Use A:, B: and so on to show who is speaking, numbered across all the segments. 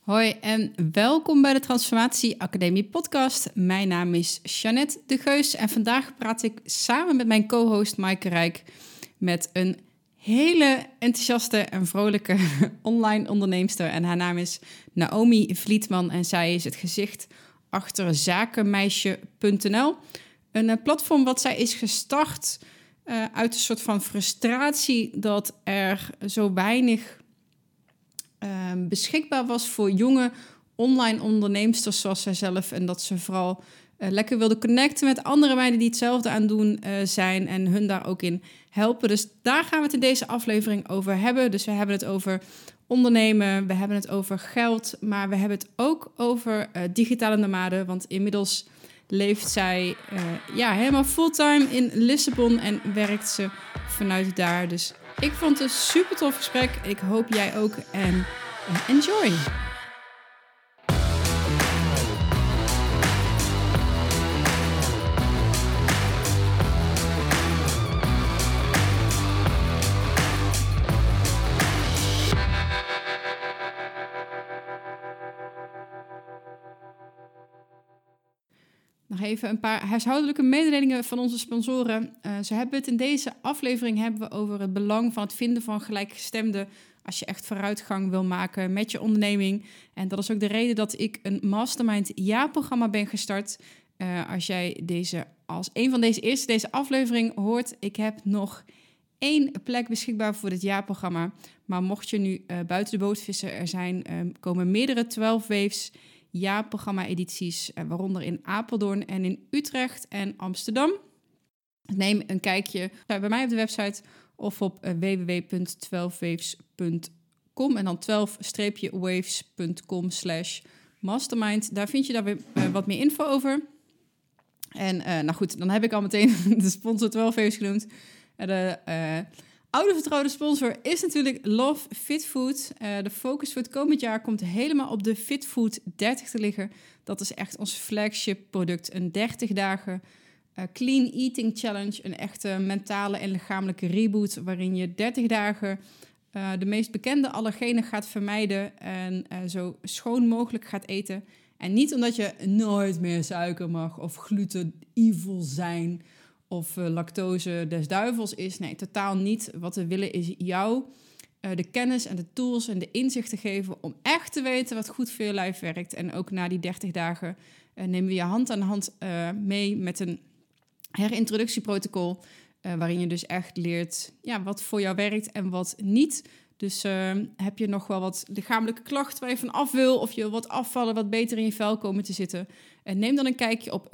A: Hoi en welkom bij de Transformatie Academie podcast. Mijn naam is Jeannette de Geus en vandaag praat ik samen met mijn co-host Maaike Rijk met een hele enthousiaste en vrolijke online onderneemster. En haar naam is Naomi Vlietman en zij is het gezicht achter zakenmeisje.nl. Een platform wat zij is gestart uit een soort van frustratie dat er zo weinig beschikbaar was voor jonge online onderneemsters zoals zijzelf. En dat ze vooral lekker wilde connecten met andere meiden die hetzelfde aan het doen zijn en hun daar ook in helpen. Dus daar gaan we het in deze aflevering over hebben. Dus we hebben het over ondernemen, we hebben het over geld, maar we hebben het ook over digitale nomaden. Want inmiddels leeft zij helemaal fulltime in Lissabon en werkt ze vanuit daar. Dus ik vond het een super tof gesprek. Ik hoop jij ook en enjoy! Nog even een paar huishoudelijke mededelingen van onze sponsoren. Ze hebben het in deze aflevering over het belang van het vinden van gelijkgestemden als je echt vooruitgang wil maken met je onderneming. En dat is ook de reden dat ik een Mastermind jaarprogramma ben gestart. Als jij als een van deze aflevering hoort, ik heb nog 1 plek beschikbaar voor dit jaarprogramma. Maar mocht je nu buiten de boot vissen, komen meerdere 12 Waves jaarprogramma-edities, waaronder in Apeldoorn en in Utrecht en Amsterdam. Neem een kijkje bij mij op de website of op www.12waves.com en dan 12-waves.com/mastermind. Daar vind je daar weer wat meer info over. En dan heb ik al meteen de sponsor 12 Waves genoemd. De oude vertrouwde sponsor is natuurlijk Love Fit Food. De focus voor het komend jaar komt helemaal op de Fit Food 30 te liggen. Dat is echt ons flagship product. Een 30 dagen clean eating challenge. Een echte mentale en lichamelijke reboot. Waarin je 30 dagen de meest bekende allergenen gaat vermijden. En zo schoon mogelijk gaat eten. En niet omdat je nooit meer suiker mag of gluten evil zijn of lactose des duivels is. Nee, totaal niet. Wat we willen is jou de kennis en de tools en de inzichten geven om echt te weten wat goed voor je lijf werkt. En ook na die 30 dagen nemen we je hand aan hand mee met een herintroductieprotocol. Waarin je dus echt leert wat voor jou werkt en wat niet. Dus heb je nog wel wat lichamelijke klachten waar je van af wil, of je wil wat afvallen, wat beter in je vel komen te zitten, neem dan een kijkje op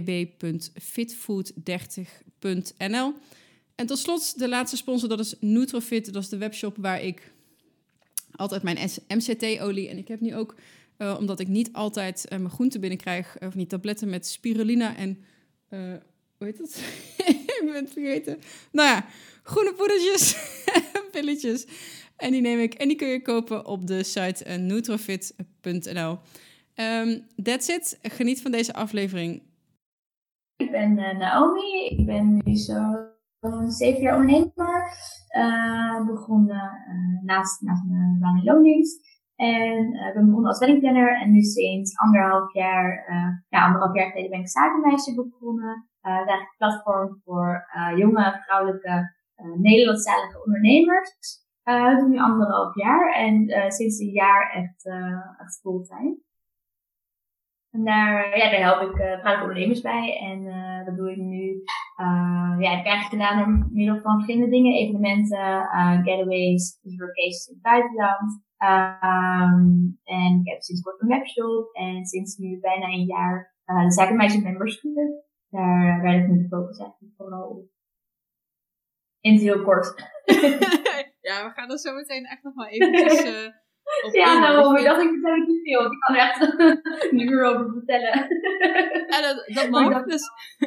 A: www.fitfood30.nl. En tot slot, de laatste sponsor, dat is Nutrofit. Dat is de webshop waar ik altijd mijn MCT-olie, en ik heb nu ook, omdat ik niet altijd mijn groenten binnenkrijg, of niet tabletten met spirulina en, hoe heet dat? Ik ben het vergeten. Groene poedertjes, pilletjes. En die neem ik en die kun je kopen op de site nutrofit.nl. That's it. Geniet van deze aflevering.
B: Ik ben Naomi. Ik ben nu zo'n 7 jaar ondernemer. Begonnen naast mijn baan in loondienst. En ben begonnen als weddingplanner. En nu sinds 1,5 jaar geleden ben ik Zakenmeisje begonnen. Het is eigenlijk een platform voor jonge vrouwelijke Nederlandstalige ondernemers. Dat doe ik nu 1,5 jaar en sinds een jaar echt fulltime. En daar help ik vrouwelijke ondernemers bij en dat doe ik nu. Dat heb ik eigenlijk gedaan door middel van verschillende dingen, evenementen, getaways, dus workations in het buitenland. En ik heb sinds kort een webshop en sinds nu bijna een jaar de Zakenmeisje Members Club. Daar leg ik nu de focus eigenlijk vooral op. In het heel kort.
A: Ja, we gaan er zo meteen echt nog maar eventjes op in.
B: Ik dacht ik vertel het niet veel. Ik kan er echt een uur over vertellen.
A: Ja, dat mag. Dus.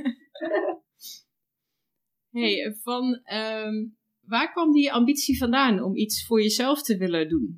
A: Waar kwam die ambitie vandaan om iets voor jezelf te willen doen?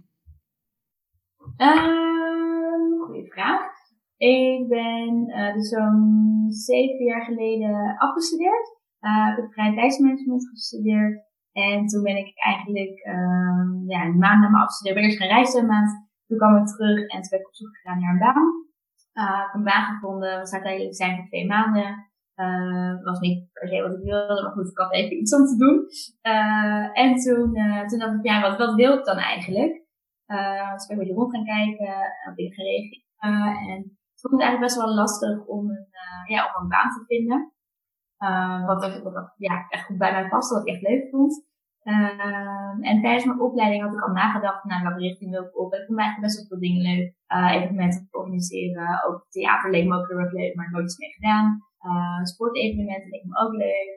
B: Goeie vraag. Ik ben dus zo'n 7 jaar geleden afgestudeerd. Ik heb vrije tijdsmanagement gestudeerd. En toen ben ik eigenlijk een maand na mijn afstuderen ben ik eerst gaan reizen een maand. Toen kwam ik terug en toen ben ik op zoek gegaan naar een baan. Ik heb een baan gevonden, we zaten eigenlijk zijn voor 2 maanden. Was niet per se wat ik wilde, maar goed, ik had even iets om te doen. En toen dacht ik, ja, wat wil ik dan eigenlijk? Toen ben ik een beetje rond gaan kijken, op dingen gaan reageren. En ik vond het eigenlijk best wel lastig om een baan te vinden. Wat echt goed bij mij paste, wat ik echt leuk vond. En tijdens mijn opleiding had ik al nagedacht naar welke richting wil ik op. Ik vond eigenlijk best wel veel dingen leuk. Evenementen organiseren, ook theater leek me ook heel erg leuk, maar nooit iets mee gedaan. Sportevenementen leek me ook leuk.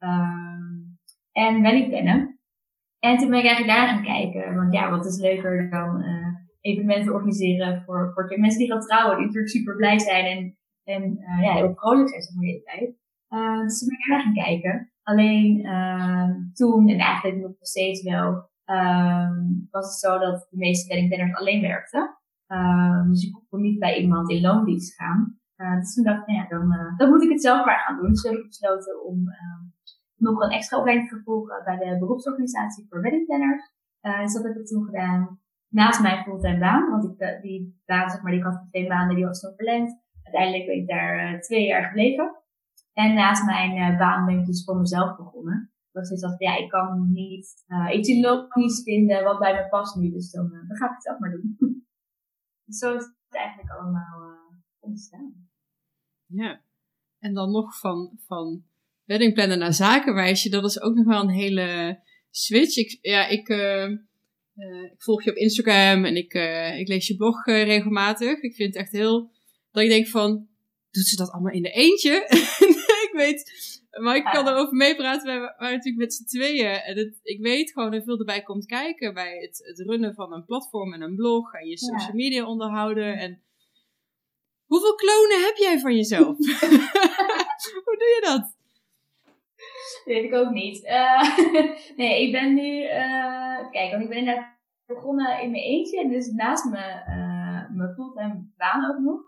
B: En rallyplannen. En toen ben ik eigenlijk daar gaan kijken. Want ja, wat is leuker dan evenementen organiseren voor mensen die gaan trouwen. Die natuurlijk super blij zijn en heel vrolijk zijn de hele tijd. Dus toen ben ik daar gaan kijken. Alleen toen, en eigenlijk nog steeds wel, was het zo dat de meeste weddingplanners alleen werkten. Dus je kon niet bij iemand in loondienst gaan. Dus toen dacht ik, dan moet ik het zelf maar gaan doen. Dus toen heb ik besloten om nog een extra opleiding te vervolgen bij de beroepsorganisatie voor weddingplanners. Dus dat heb ik toen gedaan naast mijn fulltime baan. Want die baan, zeg maar, die ik had voor 2 maanden, die was nog verlengd. Uiteindelijk ben ik daar 2 jaar gebleven. En naast mijn baan ben ik dus voor mezelf begonnen. Dat is dat, ik kan niet iets in logisch vinden wat bij me past nu. Dus dan ga ik het zelf maar doen. Dus zo is het eigenlijk allemaal ontstaan.
A: Ja, en dan nog van weddingplannen naar zakenwijsje. Dat is ook nog wel een hele switch. Ik volg je op Instagram en ik lees je blog regelmatig. Ik vind het echt heel, dat ik denk van, doet ze dat allemaal in de eentje? Ik weet, maar ik kan erover meepraten. Wij waren natuurlijk met z'n tweeën. En ik weet gewoon hoeveel erbij komt kijken bij het runnen van een platform en een blog. En je social media onderhouden. En hoeveel klonen heb jij van jezelf? Hoe doe je dat?
B: Dat weet ik ook niet. Nee, ik ben nu... kijk, want ik ben inderdaad begonnen in mijn eentje. En dus naast mijn fulltime baan ook nog.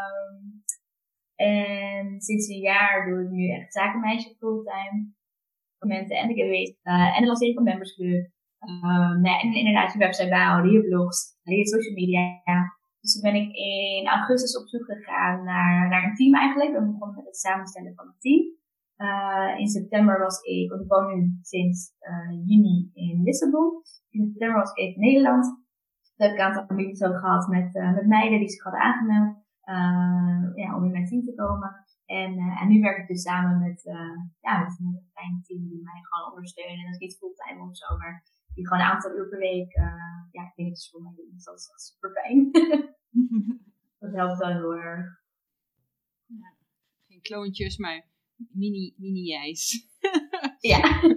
B: En sinds een jaar doe ik nu echt zakenmeisje fulltime. Momenten en de giveaways. En de lancering van Members Club. En inderdaad je website bijhouden, je blogs, je social media. Dus toen ben ik in augustus op zoek gegaan naar een team eigenlijk. Ik ben begonnen met het samenstellen van een team. In september was ik, want ik woon nu sinds juni in Lissabon. In september was ik even in Nederland. Toen heb ik een aantal meetings ook gehad met meiden die zich hadden aangemeld. Om in mijn team te komen. En nu werk ik dus samen met een klein team die mij gewoon ondersteunen. En dat is niet fulltime of zo, maar die gewoon een aantal uur per week dingetjes voor mij doen. Dus dat is echt super fijn. Dat helpt wel heel erg.
A: Ja, geen kloontjes, maar mini-ijs.
B: Ja.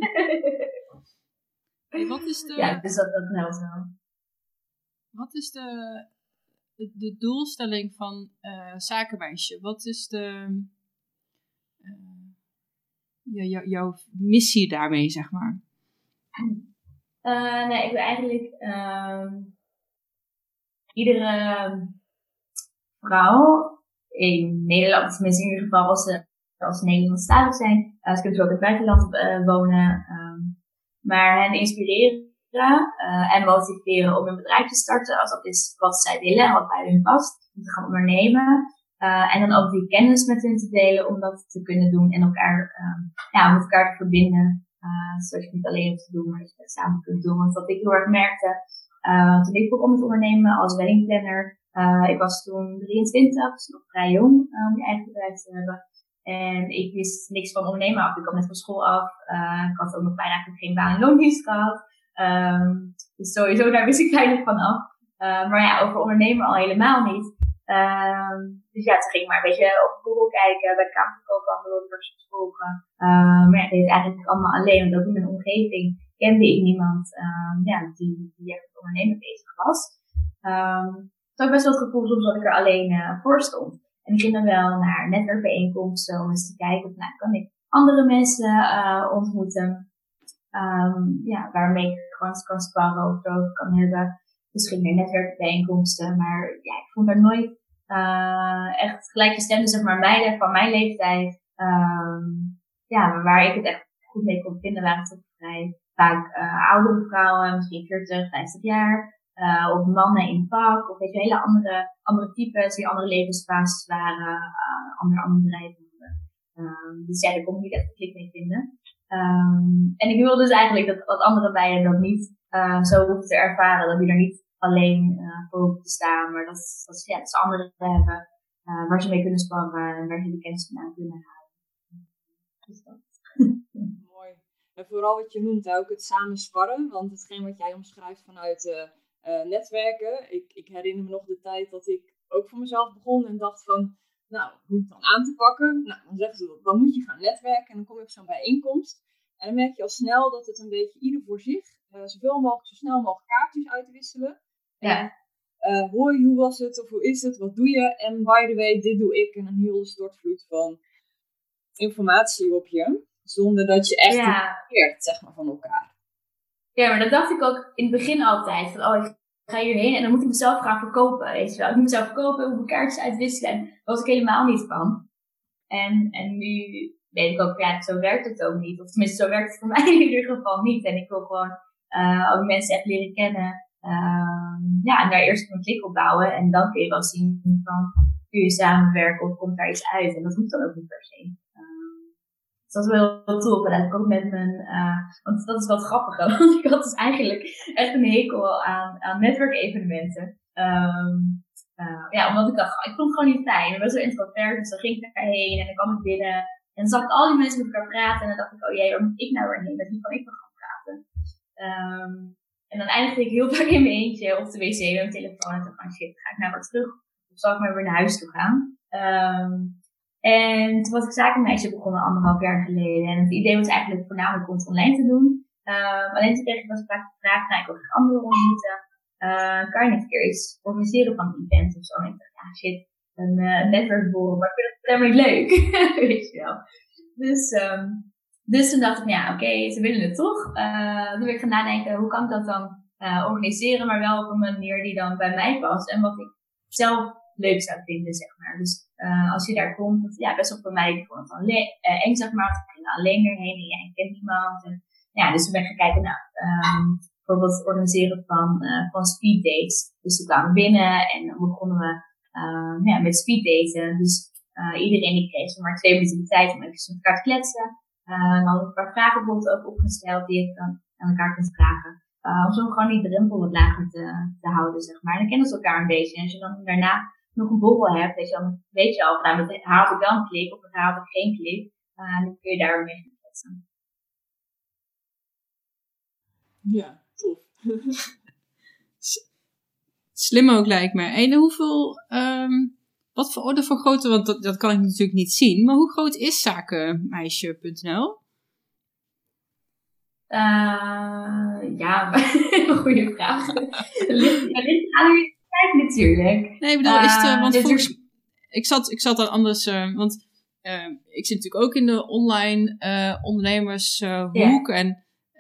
A: Hey, wat is de...
B: Ja, dus dat helpt wel.
A: Wat is de doelstelling van zakenmeisje? Wat is jouw missie daarmee, zeg maar?
B: Ik wil eigenlijk iedere vrouw in Nederland, tenminste in ieder geval als ze Nederlandstalig zijn, ze kunnen dus ook in het buitenland wonen, maar hen inspireren en motiveren om een bedrijf te starten, als dat is wat zij willen en wat bij hun past, om te gaan ondernemen. En dan ook die kennis met hun te delen om dat te kunnen doen en elkaar, met elkaar te verbinden. Zodat je het niet alleen hoeft te doen, maar dat je het samen kunt doen. Want wat ik heel erg merkte, toen ik begon met ondernemen als weddingplanner, ik was toen 23, dus nog vrij jong om je eigen bedrijf te hebben. En ik wist niks van ondernemen af. Ik kwam net van school af. Ik had ook nog bijna geen baan in loondienst gehad. Dus sowieso, daar wist ik weinig van af. Maar over ondernemen al helemaal niet. Dus toen ging ik maar een beetje op Google kijken, bij de Kamer van Koophandel, cursus volgen. Maar ik deed het eigenlijk allemaal alleen, want ook in mijn omgeving kende ik niemand die echt met ondernemen bezig was. Dus had ik best wel het gevoel soms dat ik er alleen voor stond. En ik ging dan wel naar netwerkbijeenkomsten om eens te kijken of kan ik andere mensen ontmoeten. Waarmee ik gewoon kan sparren of erover kan hebben. Dus ging naar netwerkbijeenkomsten, maar ik vond er nooit echt gelijkgestemde, zeg maar, meiden van mijn leeftijd. Waar ik het echt goed mee kon vinden, waren het toch vrij vaak oudere vrouwen, misschien 40, 50 jaar. of mannen in vak, of weet je, hele andere types die andere levensfases waren, andere bedrijven. Dus ja, daar kon ik niet echt een klik mee vinden. En ik wil dus eigenlijk dat andere meiden dat niet zo hoeven te ervaren, dat die er niet alleen voor hoeven te staan, maar dat ze anderen hebben waar ze mee kunnen sparren en waar ze die kennis vandaan kunnen halen. Dus dat.
C: Mooi. En vooral wat je noemt ook, het samen sparren, want hetgeen wat jij omschrijft vanuit netwerken, ik herinner me nog de tijd dat ik ook voor mezelf begon en dacht van, nou, hoe het dan aan te pakken? Nou, dan zeggen ze, dan moet je gaan netwerken en dan kom je op zo'n bijeenkomst. En dan merk je al snel dat het een beetje ieder voor zich, zoveel mogelijk, zo snel mogelijk kaartjes uitwisselen.
B: Ja.
C: En hoi, hoe was het? Of hoe is het? Wat doe je? En by the way, dit doe ik. En een hele stortvloed van informatie op je. Zonder dat je echt leert, zeg maar, van elkaar.
B: Ja, maar dat dacht ik ook in het begin altijd. Van, ik ga hierheen en dan moet ik mezelf gaan verkopen. Weet je wel. Ik moet mezelf verkopen, ik moet kaartjes uitwisselen. En daar was ik helemaal niet van. En nu weet ik ook, zo werkt het ook niet. Of tenminste, zo werkt het voor mij in ieder geval niet. En ik wil gewoon ook mensen echt leren kennen. En daar eerst een klik op bouwen. En dan kun je wel zien van, kun je samenwerken of komt daar iets uit. En dat hoeft dan ook niet per se. Dus dat is wel heel tof. En dat heb ik ook met mijn, want dat is wat grappiger. Want ik had dus eigenlijk echt een hekel aan netwerkevenementen. Omdat ik dacht, ik vond het gewoon niet fijn. Ik was zo introvert, dus dan ging ik daarheen en dan kwam ik binnen. En dan zag ik al die mensen met elkaar praten. En dan dacht ik, oh jee, waar moet ik nou weer heen? Met wie kan ik dan gaan praten? En dan eindigde ik heel vaak in mijn eentje op de wc met mijn telefoon. En dacht ik, shit, ga ik nou weer terug? Of zal ik maar weer naar huis toe gaan? En toen was ik zakenmeisje begonnen 1,5 jaar geleden. En het idee was eigenlijk voornamelijk om het online te doen. Alleen toen kreeg ik wel vaak de vraag, ik wil graag anderen ontmoeten. Kan je niet een keer iets organiseren van een event of zo? En ik dacht, shit, een netwerkborrel, maar ik vind het helemaal niet leuk. Weet je wel. Dus toen dacht ik, oké, ze willen het toch. Toen ben ik gaan nadenken, hoe kan ik dat dan organiseren, maar wel op een manier die dan bij mij past. En wat ik zelf leuk zou vinden, zeg maar. Dus als je daar komt, best wel voor mij, ik vond het dan eng, zeg maar. Ik ging alleen erheen en jij kent niemand. En, dus toen ben ik gaan kijken, bijvoorbeeld het organiseren van speeddates. Dus we kwamen binnen en dan begonnen we met speeddaten. Dus iedereen die kreeg maar 2 minuten de tijd om even met elkaar te kletsen. Dan hadden we een paar vragen bijvoorbeeld ook opgesteld die je dan aan elkaar kunt vragen. Om zo gewoon die drempel wat lager te houden, zeg maar. En dan kennen ze elkaar een beetje. En als je dan daarna nog een borrel hebt, dan weet je al, met haar had ik wel een klik of met haar had ik geen klik. Dan kun je daar weer mee gaan kletsen.
C: Ja, tof.
A: Slim ook, lijkt me. En hoeveel, wat voor orde van grootte, want dat kan ik natuurlijk niet zien, maar hoe groot is zakenmeisje.nl?
B: Een goede vraag. Het ligt aan wie je kijkt natuurlijk.
A: Nee, ik bedoel, is het, want volgens ik zat dan anders, want ik zit natuurlijk ook in de online ondernemershoek en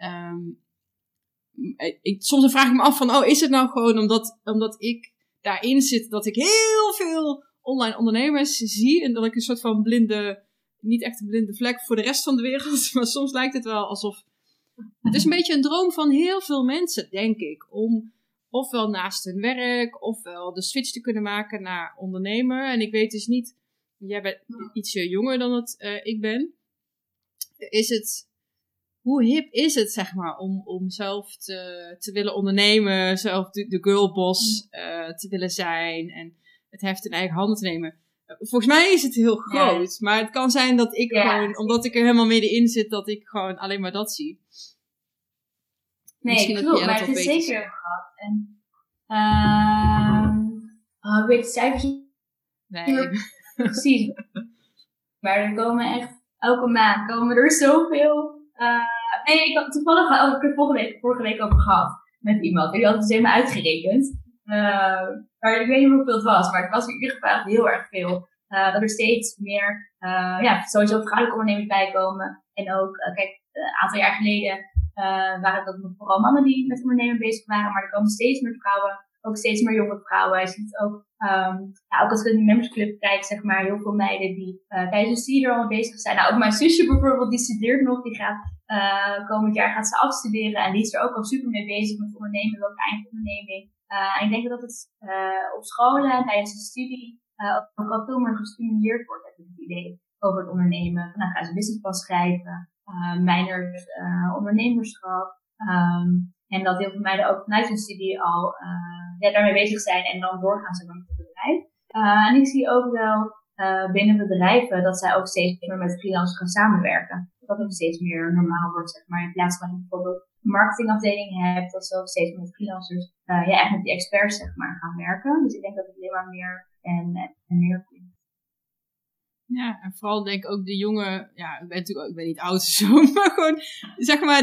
A: soms vraag ik me af van, is het nou gewoon omdat ik daarin zit, dat ik heel veel online ondernemers zie en dat ik een soort van niet echt een blinde vlek voor de rest van de wereld, maar soms lijkt het wel alsof, het is een beetje een droom van heel veel mensen, denk ik, om ofwel naast hun werk, ofwel de switch te kunnen maken naar ondernemer. En ik weet dus niet, jij bent ietsje jonger dan dat ik ben. Hoe hip is het, zeg maar, om zelf te willen ondernemen, zelf de girlboss te willen zijn en het heft in eigen handen te nemen? Volgens mij is het heel groot, maar het kan zijn dat ik gewoon, omdat ik er helemaal middenin zit, dat ik gewoon alleen maar dat zie.
B: Nee, klopt, maar het is zeker gehad. En, ik weet de cijfers niet precies. Maar er komen echt, elke maand komen er zoveel. Ik had toevallig vorige week over gehad met iemand. Die had het helemaal uitgerekend. Maar ik weet niet hoeveel het was, maar het was in ieder geval heel erg veel. Dat er steeds meer, sowieso vrouwelijke ondernemers bij komen. En ook, een aantal jaar geleden waren dat vooral mannen die met ondernemen bezig waren. Maar er komen steeds meer vrouwen, ook steeds meer jonge vrouwen. Je ziet ook, ook als ik in de membersclub kijk, zeg maar, heel veel meiden die tijdens de studie er allemaal bezig zijn. Nou, ook mijn zusje bijvoorbeeld, die studeert nog, die gaat komend jaar gaat ze afstuderen. En die is er ook al super mee bezig met ondernemen, welke eigen onderneming. En ik denk dat het op scholen tijdens de studie ook al veel meer gestimuleerd wordt, heb ik het idee, over het ondernemen. Nou, ga eens een businessplan schrijven, mijners ondernemerschap. En dat heel veel meiden ook vanuit hun studie al daarmee bezig zijn en dan doorgaan ze met het bedrijf. En ik zie ook wel binnen bedrijven dat zij ook steeds meer met freelancers gaan samenwerken. Dat het steeds meer normaal wordt, zeg maar. In plaats van dat je bijvoorbeeld een marketingafdeling hebt, dat ze ook steeds meer met freelancers, echt met die experts, zeg maar, gaan werken. Dus ik denk dat het alleen maar meer en meer komt.
D: Ja, en vooral denk ik ook de jonge, ja, ik ben natuurlijk ook, ik ben niet oud of zo, maar gewoon, zeg maar,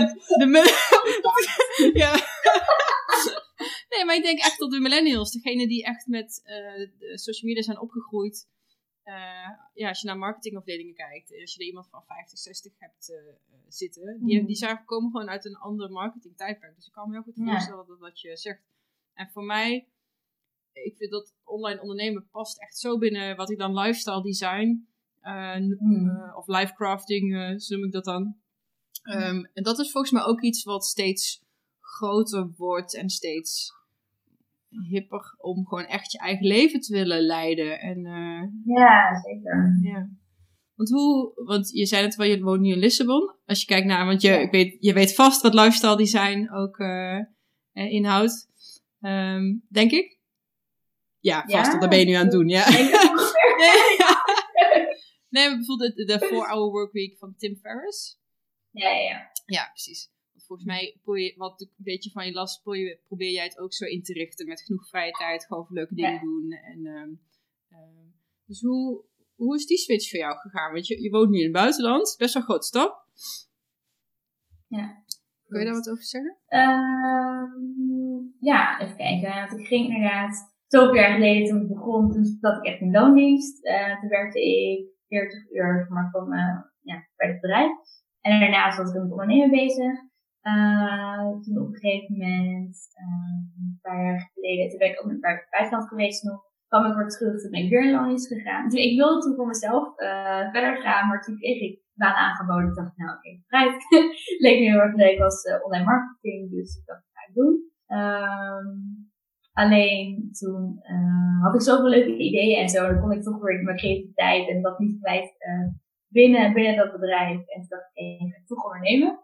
D: ja. Nee, maar ik denk echt dat de millennials, degene die echt met de social media zijn opgegroeid, als je naar marketingafdelingen kijkt, als je er iemand van 50, 60 hebt zitten, die komen gewoon uit een ander marketing tijdperk. Dus ik kan me heel goed voorstellen dat wat je zegt. En voor mij, ik vind dat online ondernemen past echt zo binnen wat ik dan lifestyle design of life crafting, zo noem ik dat dan. En dat is volgens mij ook iets wat steeds groter wordt en steeds hipper om gewoon echt je eigen leven te willen leiden. En,
B: ja, zeker.
D: Ja. Want je zei het wel, je woont nu in Lissabon. Als je kijkt naar, want je weet vast wat lifestyle design ook inhoudt. Denk ik? Ja, vast, want dat ben je nu aan het doen. Ja. Nee, maar bijvoorbeeld de 4-hour workweek van Tim Ferriss.
B: Ja.
D: Ja, precies. Want volgens mij, wat ik een beetje van je las, probeer jij het ook zo in te richten met genoeg vrije tijd, gewoon voor leuke dingen doen. En, dus hoe is die switch voor jou gegaan? Want je woont nu in het buitenland, best wel een grote stap.
B: Ja.
D: Kun je daar wat over zeggen?
B: Ja, even kijken. Want ik ging inderdaad, zoveel jaar geleden toen ik begon, toen zat ik echt in loondienst. Toen werkte ik 40 uur maar bij het bedrijf. En daarnaast was ik met ondernemen bezig. Toen op een gegeven moment, een paar jaar geleden, toen ben ik ook naar het buitenland geweest nog. Kwam ik weer terug, toen ben ik weer in loondienst gegaan. Dus ik wilde toen voor mezelf verder gaan, maar toen kreeg ik baan aangeboden. Ik dacht, nou oké, vooruit. Leek me heel erg leuk als online marketing, dus ik dacht, dat ga ik doen. Alleen toen had ik zoveel leuke ideeën en zo. Dan kon ik toch weer mijn creativiteit en dat niet kwijt binnen dat bedrijf. En toen dacht ik, ik ga toch ondernemen.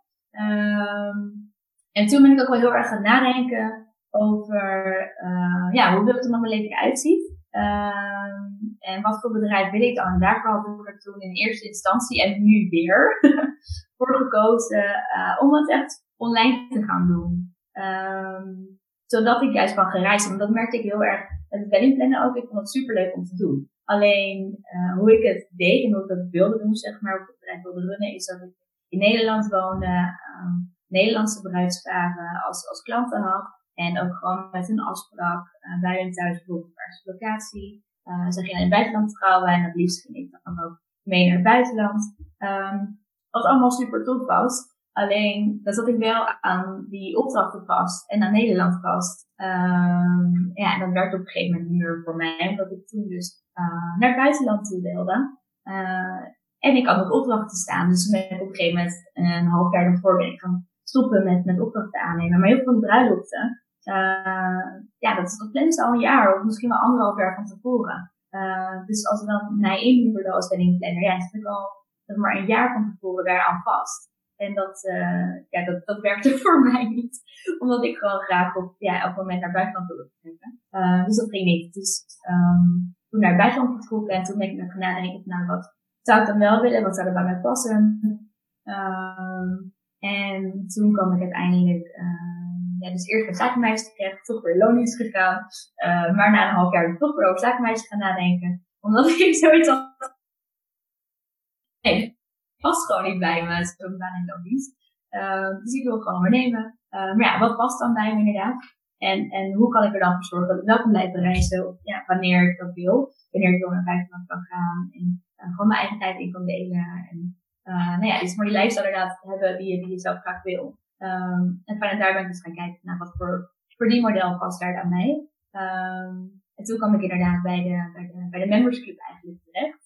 B: En toen ben ik ook wel heel erg gaan nadenken over hoe wil ik er dan mijn leven eruit ziet. En wat voor bedrijf wil ik dan? En daarvoor had ik er toen in eerste instantie en nu weer voor gekozen om het echt online te gaan doen. Zodat ik juist kan gaan reizen. Want dat merkte ik heel erg met het weddingplannen ook. Ik vond het super leuk om te doen. Alleen hoe ik het deed en hoe ik dat wilde doen, zeg maar, hoe ik het bedrijf wilde runnen, is dat ik in Nederland woonde, Nederlandse bruidsparen als klanten had. En ook gewoon met hun afspraak bij hun thuis bijvoorbeeld op de locatie. Ze gingen in het buitenland trouwen en het liefst ging ik dan ook mee naar het buitenland. Wat allemaal super tof was. Alleen, dat zat ik wel aan die opdrachten vast en aan Nederland vast. En dat werd op een gegeven moment niet meer voor mij, omdat ik toen dus naar het buitenland toe wilde. En ik had ook opdrachten staan, dus toen ben ik op een gegeven moment een half jaar daarvoor ben ik gaan stoppen met opdrachten aannemen. Maar heel veel van die bruiloften, dat plannen ze al een jaar of misschien wel 1,5 jaar van tevoren. Dus als we dan mij inhuurden als weddingplanner, dan zit ik al maar een jaar van tevoren daaraan vast. En dat werkte voor mij niet. Omdat ik gewoon graag op elk moment naar buitenland wilde vertrekken. Dus dat ging niet. Dus toen naar het buitenland vertrokken en toen ben ik gaan nadenken van wat zou ik dan wel willen? Wat zou er bij mij passen? En toen kwam ik uiteindelijk dus eerst bij zakenmeisje terecht, toch weer loondienst gegaan. Maar na een half jaar toch weer over zakenmeisje gaan nadenken. Omdat ik zoiets had. Nee, past gewoon niet bij me, zo'n baan in loondienst. Dus ik wil gewoon ondernemen. Maar wat past dan bij me inderdaad? En hoe kan ik er dan voor zorgen dat ik wel kan blijven reizen? Of wanneer ik dat wil. Wanneer ik wil naar buitenland kan gaan. En gewoon mijn eigen tijd in kan delen. En dus maar die lifestyle inderdaad hebben die je zelf graag wil. En vanuit daar ben ik dus gaan kijken naar wat voor verdienmodel past daar aan mij. En toen kwam ik inderdaad bij de Members Club eigenlijk terecht.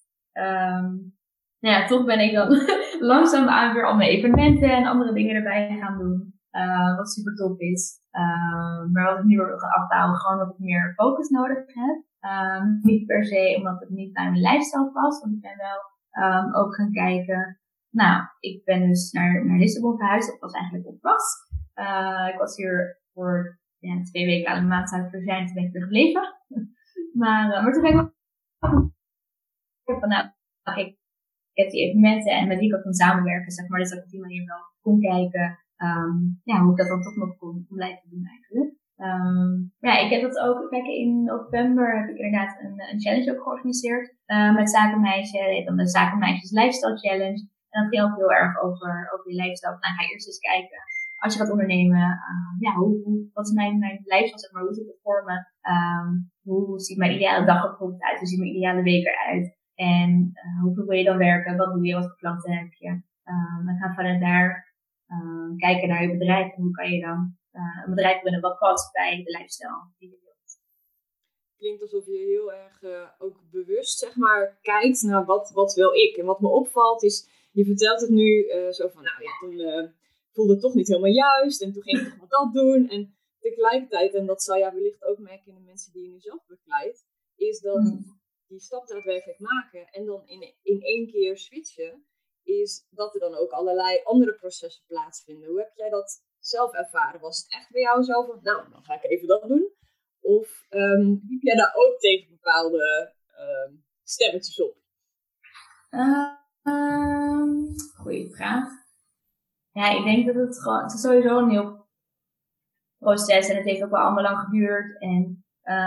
B: Toch ben ik dan langzaamaan weer al mijn evenementen en andere dingen erbij gaan doen. Wat super top is. Maar wat ik nu wil gaan afbouwen, gewoon dat ik meer focus nodig heb. Niet per se omdat het niet bij mijn lifestyle past. Want ik ben wel ook gaan kijken. Nou, ik ben dus naar Lissabon verhuisd. Dat was eigenlijk oppas. Ik was hier voor 2 weken aan een maand zou ik er zijn. Toen ben ik er gebleven. maar toen ben ik van, nou, kijk, ik heb die evenementen en met wie ik ook kan samenwerken, zeg maar. Dus dat ik op die manier wel kon kijken, hoe ik dat dan toch nog kon blijven doen eigenlijk. Ik heb dat ook, kijk, in november heb ik inderdaad een challenge ook georganiseerd, met Zakenmeisje, dan de Zakenmeisjes Lifestyle Challenge. En dat ging ook heel erg over je lifestyle. Nou, ga eerst eens kijken, als je gaat ondernemen, wat is mijn lifestyle, zeg maar, hoe zit het voor me? Hoe ziet mijn ideale dag er bijvoorbeeld uit? Hoe ziet mijn ideale week eruit? En hoeveel wil je dan werken? Wat doe je? Wat voor klanten heb je? Dan gaan we vanuit daar kijken naar je bedrijf. En hoe kan je dan een bedrijf runnen wat past bij de lifestyle die je wilt.
C: Klinkt alsof je heel erg ook bewust, zeg maar, kijkt naar wat wil ik. En wat me opvalt is, je vertelt het nu zo van, nou ja, toen voelde het toch niet helemaal juist. En toen ging ik toch wat dat doen. En tegelijkertijd, en dat zal jij wellicht ook merken in de mensen die je nu zelf begeleidt, is dat die stap daadwerkelijk maken en dan in 1 keer switchen, is dat er dan ook allerlei andere processen plaatsvinden. Hoe heb jij dat zelf ervaren? Was het echt bij jou zo van, nou, dan ga ik even dat doen? Of liep jij daar ook tegen bepaalde stemmetjes op?
B: Goeie vraag. Ja, ik denk dat het is sowieso een heel proces en het heeft ook wel allemaal lang geduurd. En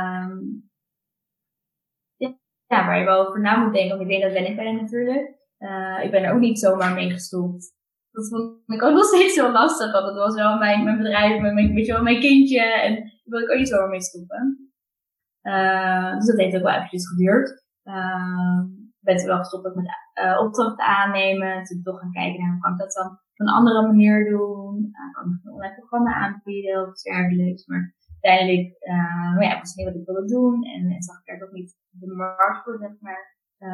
B: waar je wel over na moet denken, want ik weet dat ben ik bij natuurlijk. Ik ben er ook niet zomaar mee gestopt. Dat vond ik ook nog steeds heel lastig, want het was wel mijn bedrijf, mijn kindje en daar wil ik ook niet zomaar mee stoppen. Dus dat heeft ook wel eventjes geduurd. Ik ben toen wel gestopt met opdrachten aannemen, toen toch gaan kijken naar hoe kan ik dat dan op een andere manier doen. Kan ik een online programma aanbieden of iets dergelijks, maar uiteindelijk ik wist niet wat ik wilde doen en zag ik er toch niet de markt voor, zeg maar.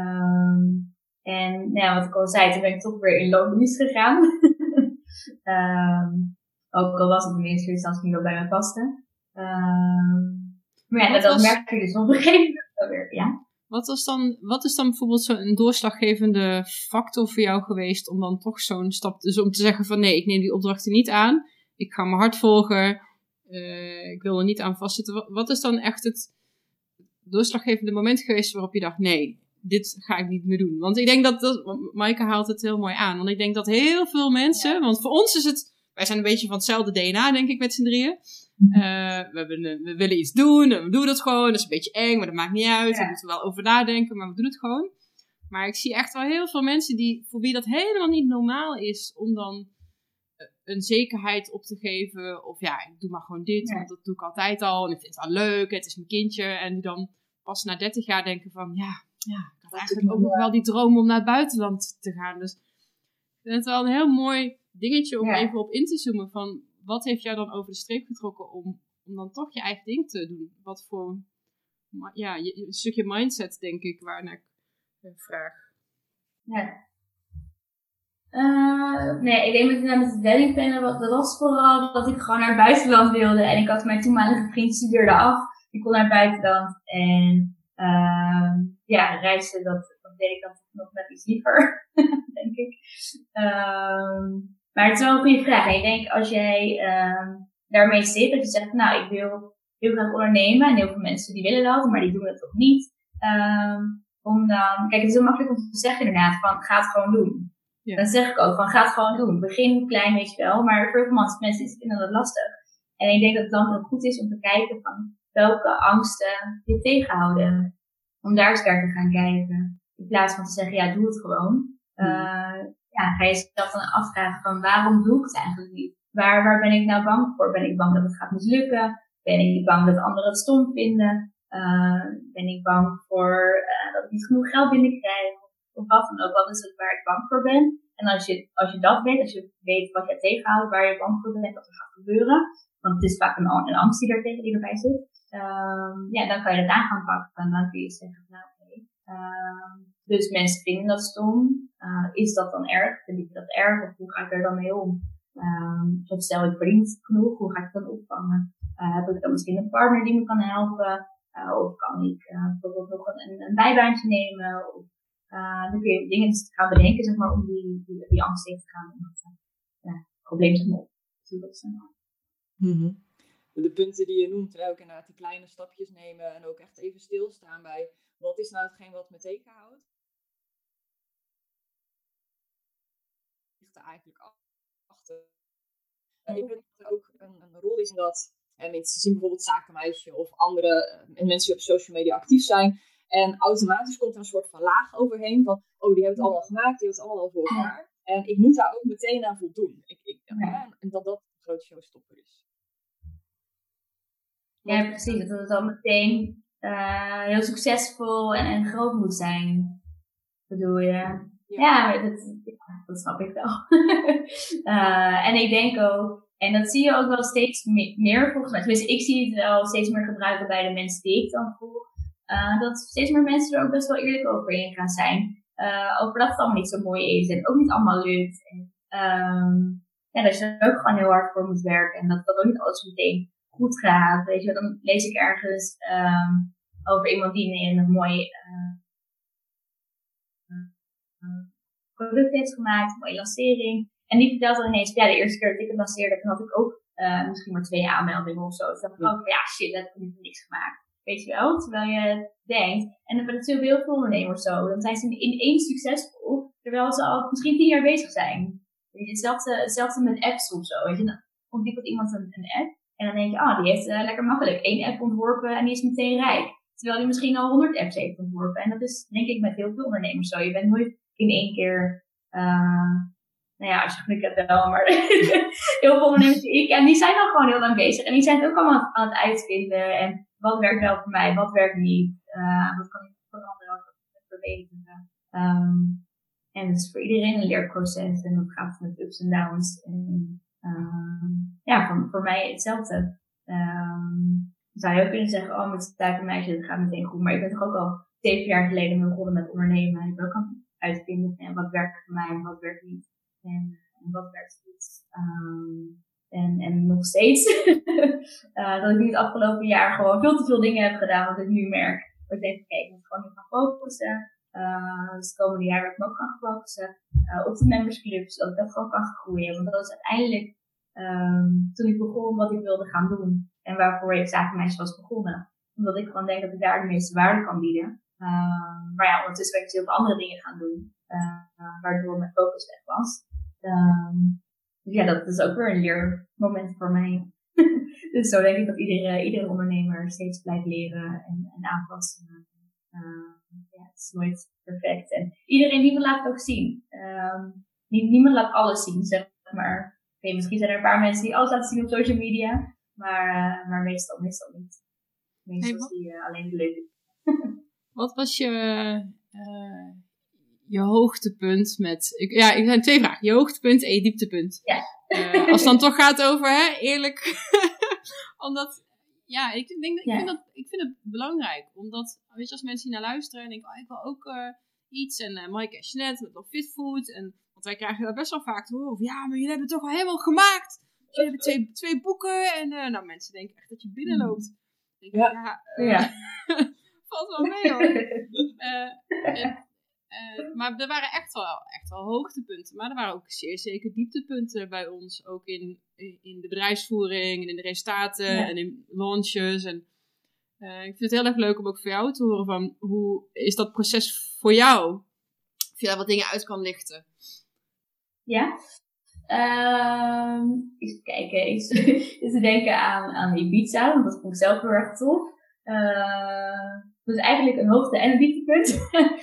B: Wat ik al zei, toen ben ik toch weer in loondienst gegaan. Ook al was het in eerste instantie niet wel bij mij paste. Dat merk je dus op een gegeven moment weer, ja.
D: Wat is dan bijvoorbeeld zo'n doorslaggevende factor voor jou geweest om dan toch zo'n stap, dus om te zeggen van nee, ik neem die opdrachten niet aan, ik ga mijn hart volgen, ik wil er niet aan vastzitten. Wat is dan echt het doorslaggevende moment geweest waarop je dacht, nee, dit ga ik niet meer doen? Want ik denk dat Maaike haalt het heel mooi aan, want ik denk dat heel veel mensen, want voor ons is het, wij zijn een beetje van hetzelfde DNA, denk ik, met z'n drieën. We willen iets doen en we doen het gewoon. Dat is een beetje eng, maar dat maakt niet uit. We moeten wel over nadenken, maar we doen het gewoon. Maar ik zie echt wel heel veel mensen voor wie dat helemaal niet normaal is om dan een zekerheid op te geven. Of ja, ik doe maar gewoon dit, want dat doe ik altijd al. En ik vind het wel leuk, het is mijn kindje. En die dan pas na 30 jaar denken van, ja, ik had eigenlijk ook nog wel die droom om naar het buitenland te gaan. Dus ik vind het wel een heel mooi dingetje om even op in te zoomen van, wat heeft jou dan over de streep getrokken om dan toch je eigen ding te doen? Wat voor, een stukje mindset, denk ik, waarnaar ik vraag.
B: Ja. Ik denk met het weddingplannen, dat was vooral dat ik gewoon naar het buitenland wilde. En ik had mijn toenmalige vriend studeerde af. Ik kon naar het buitenland. En reizen, dat deed ik dan nog net iets liever, denk ik. Maar het is wel een goede vraag. En ik denk, als jij daarmee zit, dat je zegt, nou, ik wil heel graag ondernemen. En heel veel mensen die willen dat, maar die doen het toch niet. Kijk, het is heel makkelijk om te zeggen inderdaad, van ga het gewoon doen. Ja. Dan zeg ik ook van ga het gewoon doen. Begin klein, weet je wel. Maar voor veel mensen vinden dat lastig. En ik denk dat het dan ook goed is om te kijken van welke angsten je tegenhouden. Om daar eens naar te gaan kijken. In plaats van te zeggen, ja, doe het gewoon. Ga je jezelf dan afvragen van waarom doe ik het eigenlijk niet? Waar ben ik nou bang voor? Ben ik bang dat het gaat mislukken? Ben ik bang dat anderen het stom vinden? Ben ik bang voor dat ik niet genoeg geld binnenkrijg? Of wat dan ook, wat is het waar ik bang voor ben? En als je dat weet, als je weet wat je tegenhoudt, waar je bang voor bent, wat er gaat gebeuren. Want het is vaak een angst die erbij zit. Dan kan je dat aan gaan pakken. En dan kun je zeggen, nou oké. Dus mensen vinden dat stom. Is dat dan erg? Vind ik dat erg? Of hoe ga ik er dan mee om? Of stel ik verdien niet genoeg, hoe ga ik het dan opvangen? Heb ik dan misschien een partner die me kan helpen? Of kan ik bijvoorbeeld nog een bijbaantje nemen? Of dan kun je dingen gaan bedenken, zeg maar, om die angst tegen te gaan. Om het probleem zeg maar, op te lossen.
C: Mm-hmm. De punten die je noemt, ook inderdaad die kleine stapjes nemen en ook echt even stilstaan bij wat is nou hetgeen wat me tegenhoudt. Ligt er eigenlijk achter. Ik denk dat er ook een rol is in dat mensen zien bijvoorbeeld Zakenmeisje of andere mensen die op social media actief zijn. En automatisch komt er een soort van laag overheen van, oh, die hebben het allemaal gemaakt, die hebben het allemaal al voor elkaar. En ik moet daar ook meteen aan voldoen. En dat een grote showstopper is.
B: Ja, precies. Dat het dan meteen heel succesvol en groot moet zijn. Bedoel je? Ja, dat snap ik wel. En ik denk ook, en dat zie je ook wel steeds meer volgens mij. Tenminste, ik zie het wel steeds meer gebruiken bij de mensen die ik dan volg. Dat steeds meer mensen er ook best wel eerlijk over in gaan zijn. Over dat het allemaal niet zo mooi is en ook niet allemaal lukt. En dat je er ook gewoon heel hard voor moet werken. En dat ook niet alles meteen goed gaat. Weet je, dan lees ik ergens over iemand die een mooi product heeft gemaakt, een mooie lancering. En die vertelt dan ineens, de eerste keer dat ik het lanceerde, toen had ik ook misschien maar 2 aanmeldingen of zo. Dus dan dacht ik ook, shit, dat heb ik niet voor niks gemaakt. Weet je wel? Terwijl je denkt, en dan is het heel veel ondernemers zo. Dan zijn ze in één succesvol, terwijl ze al misschien 10 jaar bezig zijn. Weet je, hetzelfde met apps of zo. Weet je, dan ontwikkelt iemand een app. En dan denk je, die heeft lekker makkelijk 1 app ontworpen en die is meteen rijk. Terwijl die misschien al 100 apps heeft ontworpen. En dat is denk ik met heel veel ondernemers zo. Je bent nooit in 1 keer, als je geluk hebt wel, maar heel veel ondernemers die ik ken, die zijn al gewoon heel lang bezig. En die zijn het ook allemaal aan het uitvinden. En wat werkt wel voor mij, wat werkt niet. Wat kan ik veranderen, wat kan ik verbeteren. En het is voor iedereen een leerproces. En dat gaat met ups en downs. En voor mij hetzelfde. Zou je ook kunnen zeggen, met Zakenmeisje, dat gaat meteen goed. Maar ik ben toch ook al 7 jaar geleden begonnen met ondernemen. En ik ben ook aan het uitvinden van wat werkt voor mij en wat werkt niet. En wat werkt goed. En nog steeds dat ik nu het afgelopen jaar gewoon veel te veel dingen heb gedaan wat ik nu merk. Dat ik denk, ik moet gewoon nu gaan focussen. Dus het komende jaar wil ik me ook gaan focussen op de membersclub, zodat ik dat gewoon kan groeien. Want dat is uiteindelijk toen ik begon wat ik wilde gaan doen. En waarvoor ik Zakenmeisje was begonnen. Omdat ik gewoon denk dat ik daar de meeste waarde kan bieden. Maar ondertussen ben ik heel veel andere dingen gaan doen. Waardoor mijn focus weg was. Dus dat is ook weer een leermoment voor mij. Dus zo denk ik dat iedere ondernemer steeds blijft leren en aanpassen. Het is nooit perfect. En iedereen laat het ook zien. Niemand laat alles zien, zeg maar. Misschien zijn er een paar mensen die alles laten zien op social media. Maar meestal niet. Meestal zie je alleen de leuke.
D: Wat was je hoogtepunt met... Ik heb 2 vragen. Je hoogtepunt en je dieptepunt.
B: Ja.
D: Als het dan toch gaat over, eerlijk. Omdat, ik vind het belangrijk. Omdat, weet je, als mensen hier naar luisteren en denken, ik wil ook iets. En Maaike en Jeanette met Fit Food. Want wij krijgen dat best wel vaak te horen. Of, maar jullie hebben het toch al helemaal gemaakt. Jullie hebben 2 boeken. En mensen denken echt dat je binnenloopt. Denk valt wel mee hoor. Maar er waren echt wel hoogtepunten. Maar er waren ook zeer zeker dieptepunten bij ons. Ook in de bedrijfsvoering en in de resultaten en in launches. En ik vind het heel erg leuk om ook voor jou te horen van hoe is dat proces voor jou? Of je daar wat dingen uit kan lichten.
B: Ja. Even kijken. Eens te denken aan Ibiza. Want dat vond ik zelf heel erg tof. Dat is eigenlijk een hoogte- en een dieptepunt.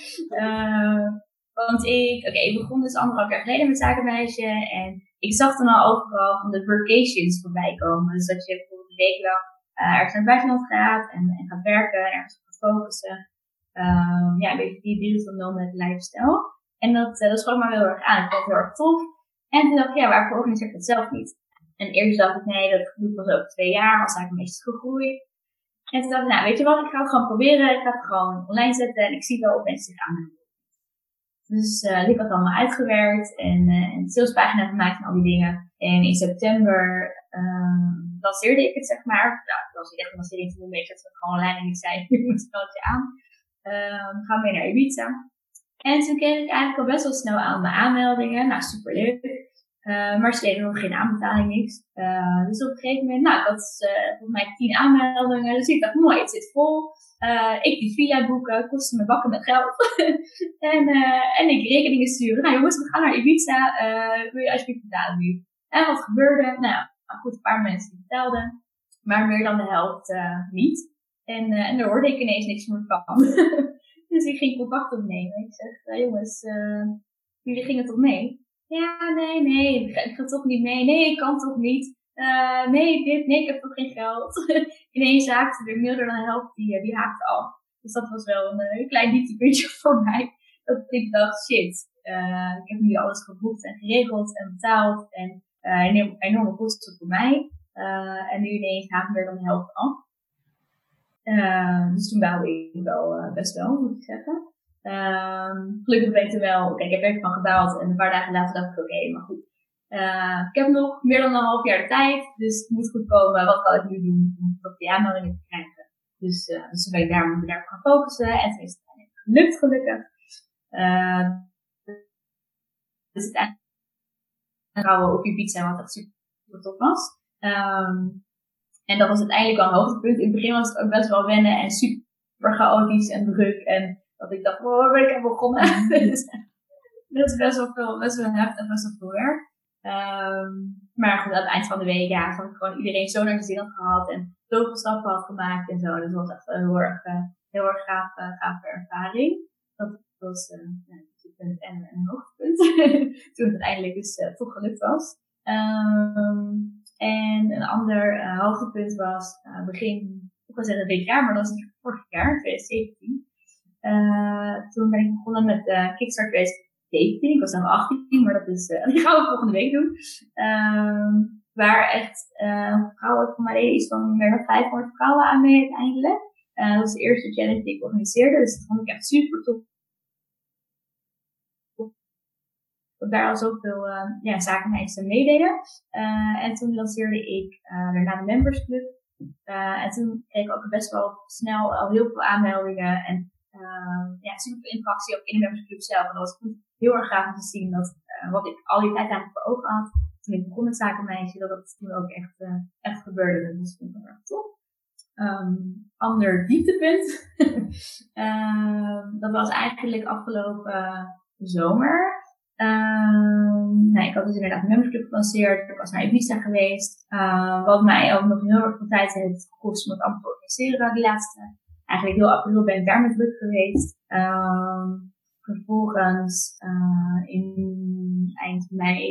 B: Want ik begon dus 1,5 jaar geleden met Zakenmeisje. En ik zag dan al overal van de workations voorbij komen. Dus dat je bijvoorbeeld een week lang ergens naar het buitenland gaat en gaat werken en ergens gaat focussen. Een beetje die digital nomad lifestyle. En dat sprak me heel erg aan. Ik vond het heel erg tof. En toen dacht ik, waarvoor organiseer ik dat zelf niet? En eerst dacht ik, nee, dat doe ik pas over 2 jaar. Als ik meestal gegroeid. En toen dacht ik, weet je wat, ik ga het gewoon proberen. Ik ga het gewoon online zetten en ik zie wel of mensen zich aanmelden. Dus ik had het allemaal uitgewerkt en een salespagina gemaakt en al die dingen. En in september lanceerde ik het, zeg maar. Nou, dat was echt een lancering toen een beetje dat we gewoon online en ik zei, je moet het spelletje aan. Gaan we naar Ibiza. En toen kreeg ik eigenlijk al best wel snel aan mijn aanmeldingen. Nou, superleuk. Maar ze deden nog geen aanbetaling, niks. Dus op een gegeven moment, nou, ik had volgens mij 10 aanmeldingen. Dus ik dacht, mooi, het zit vol. Ik die villa boeken, kostte me bakken met geld. en ik rekeningen sturen. Nou jongens, we gaan naar Ibiza. Wil je alsjeblieft betalen nu? En wat gebeurde? Nou, goed, een paar mensen die betaalden. Maar meer dan de helft niet. En daar hoorde ik ineens niks meer van. Dus ik ging contact opnemen. Ik zeg, jongens, jullie gingen toch mee? Ja, nee, ik ga toch niet mee. Nee, ik kan toch niet. Nee, ik heb toch geen geld. Ineens haakte weer meer dan de helft, die haakte af. Dus dat was wel een klein dieptepuntje voor mij. Dat ik dacht, shit, ik heb nu alles geboekt en geregeld en betaald. En enorme kosten voor mij. En nu ineens haakt meer dan de helft af. Dus toen baalde ik wel best wel, moet ik zeggen. Gelukkig weet ik wel, oké, ik heb even van gebaald en een paar dagen later dacht ik, oké, maar goed. Ik heb nog meer dan een half jaar de tijd, dus het moet goed komen. Wat kan ik nu doen om toch die aanmeldingen te krijgen? Dus toen ben ik daarop gaan focussen en toen is het uiteindelijk gelukt, gelukkig. Dus uiteindelijk gaan we op Ibiza, wat echt super tof was. En dat was uiteindelijk wel een hoogtepunt. In het begin was het ook best wel wennen en super chaotisch en druk. En dat ik dacht, waar ben ik aan begonnen? Dus, dat is best wel heftig, best wel veel werk. Maar goed, aan het eind van de week, ja, vond ik gewoon iedereen zo naar de zin had gehad. En zoveel stappen had gemaakt en zo. Dus dat was echt een heel erg gave ervaring. Dat was een punt en een hoogtepunt. Toen het uiteindelijk dus toch gelukt was. En een ander hoogtepunt was ik wil zeggen dit jaar, maar dat was vorig jaar, 2017. Toen ben ik begonnen met Kickstart 2017. Ik was nog 18, maar die gaan we volgende week doen. Waar echt vrouwen van mij deden, iets van meer dan 500 vrouwen aan mee uiteindelijk. Dat was de eerste challenge die ik organiseerde, dus dat vond ik echt super tof. Dat daar al zoveel zakenmeisjes meededen. En toen lanceerde ik daarna de Members Club. En toen kreeg ik ook best wel snel al heel veel aanmeldingen. En super veel interactie ook in de Members Club zelf. En dat was heel erg gaaf om te zien dat wat ik al die tijd eigenlijk voor ogen had. Toen ik begon met zakenmeisje, dat toen ook echt gebeurde. Dus dat vond ik heel erg tof. Ander dieptepunt. Dat was eigenlijk afgelopen zomer. Ik had dus inderdaad een membership gelanceerd. Ik was naar Ibiza geweest. Wat mij ook nog heel erg veel tijd heeft gekost om het allemaal te organiseren. De laatste, eigenlijk heel april ben ik daar met druk geweest. Vervolgens in eind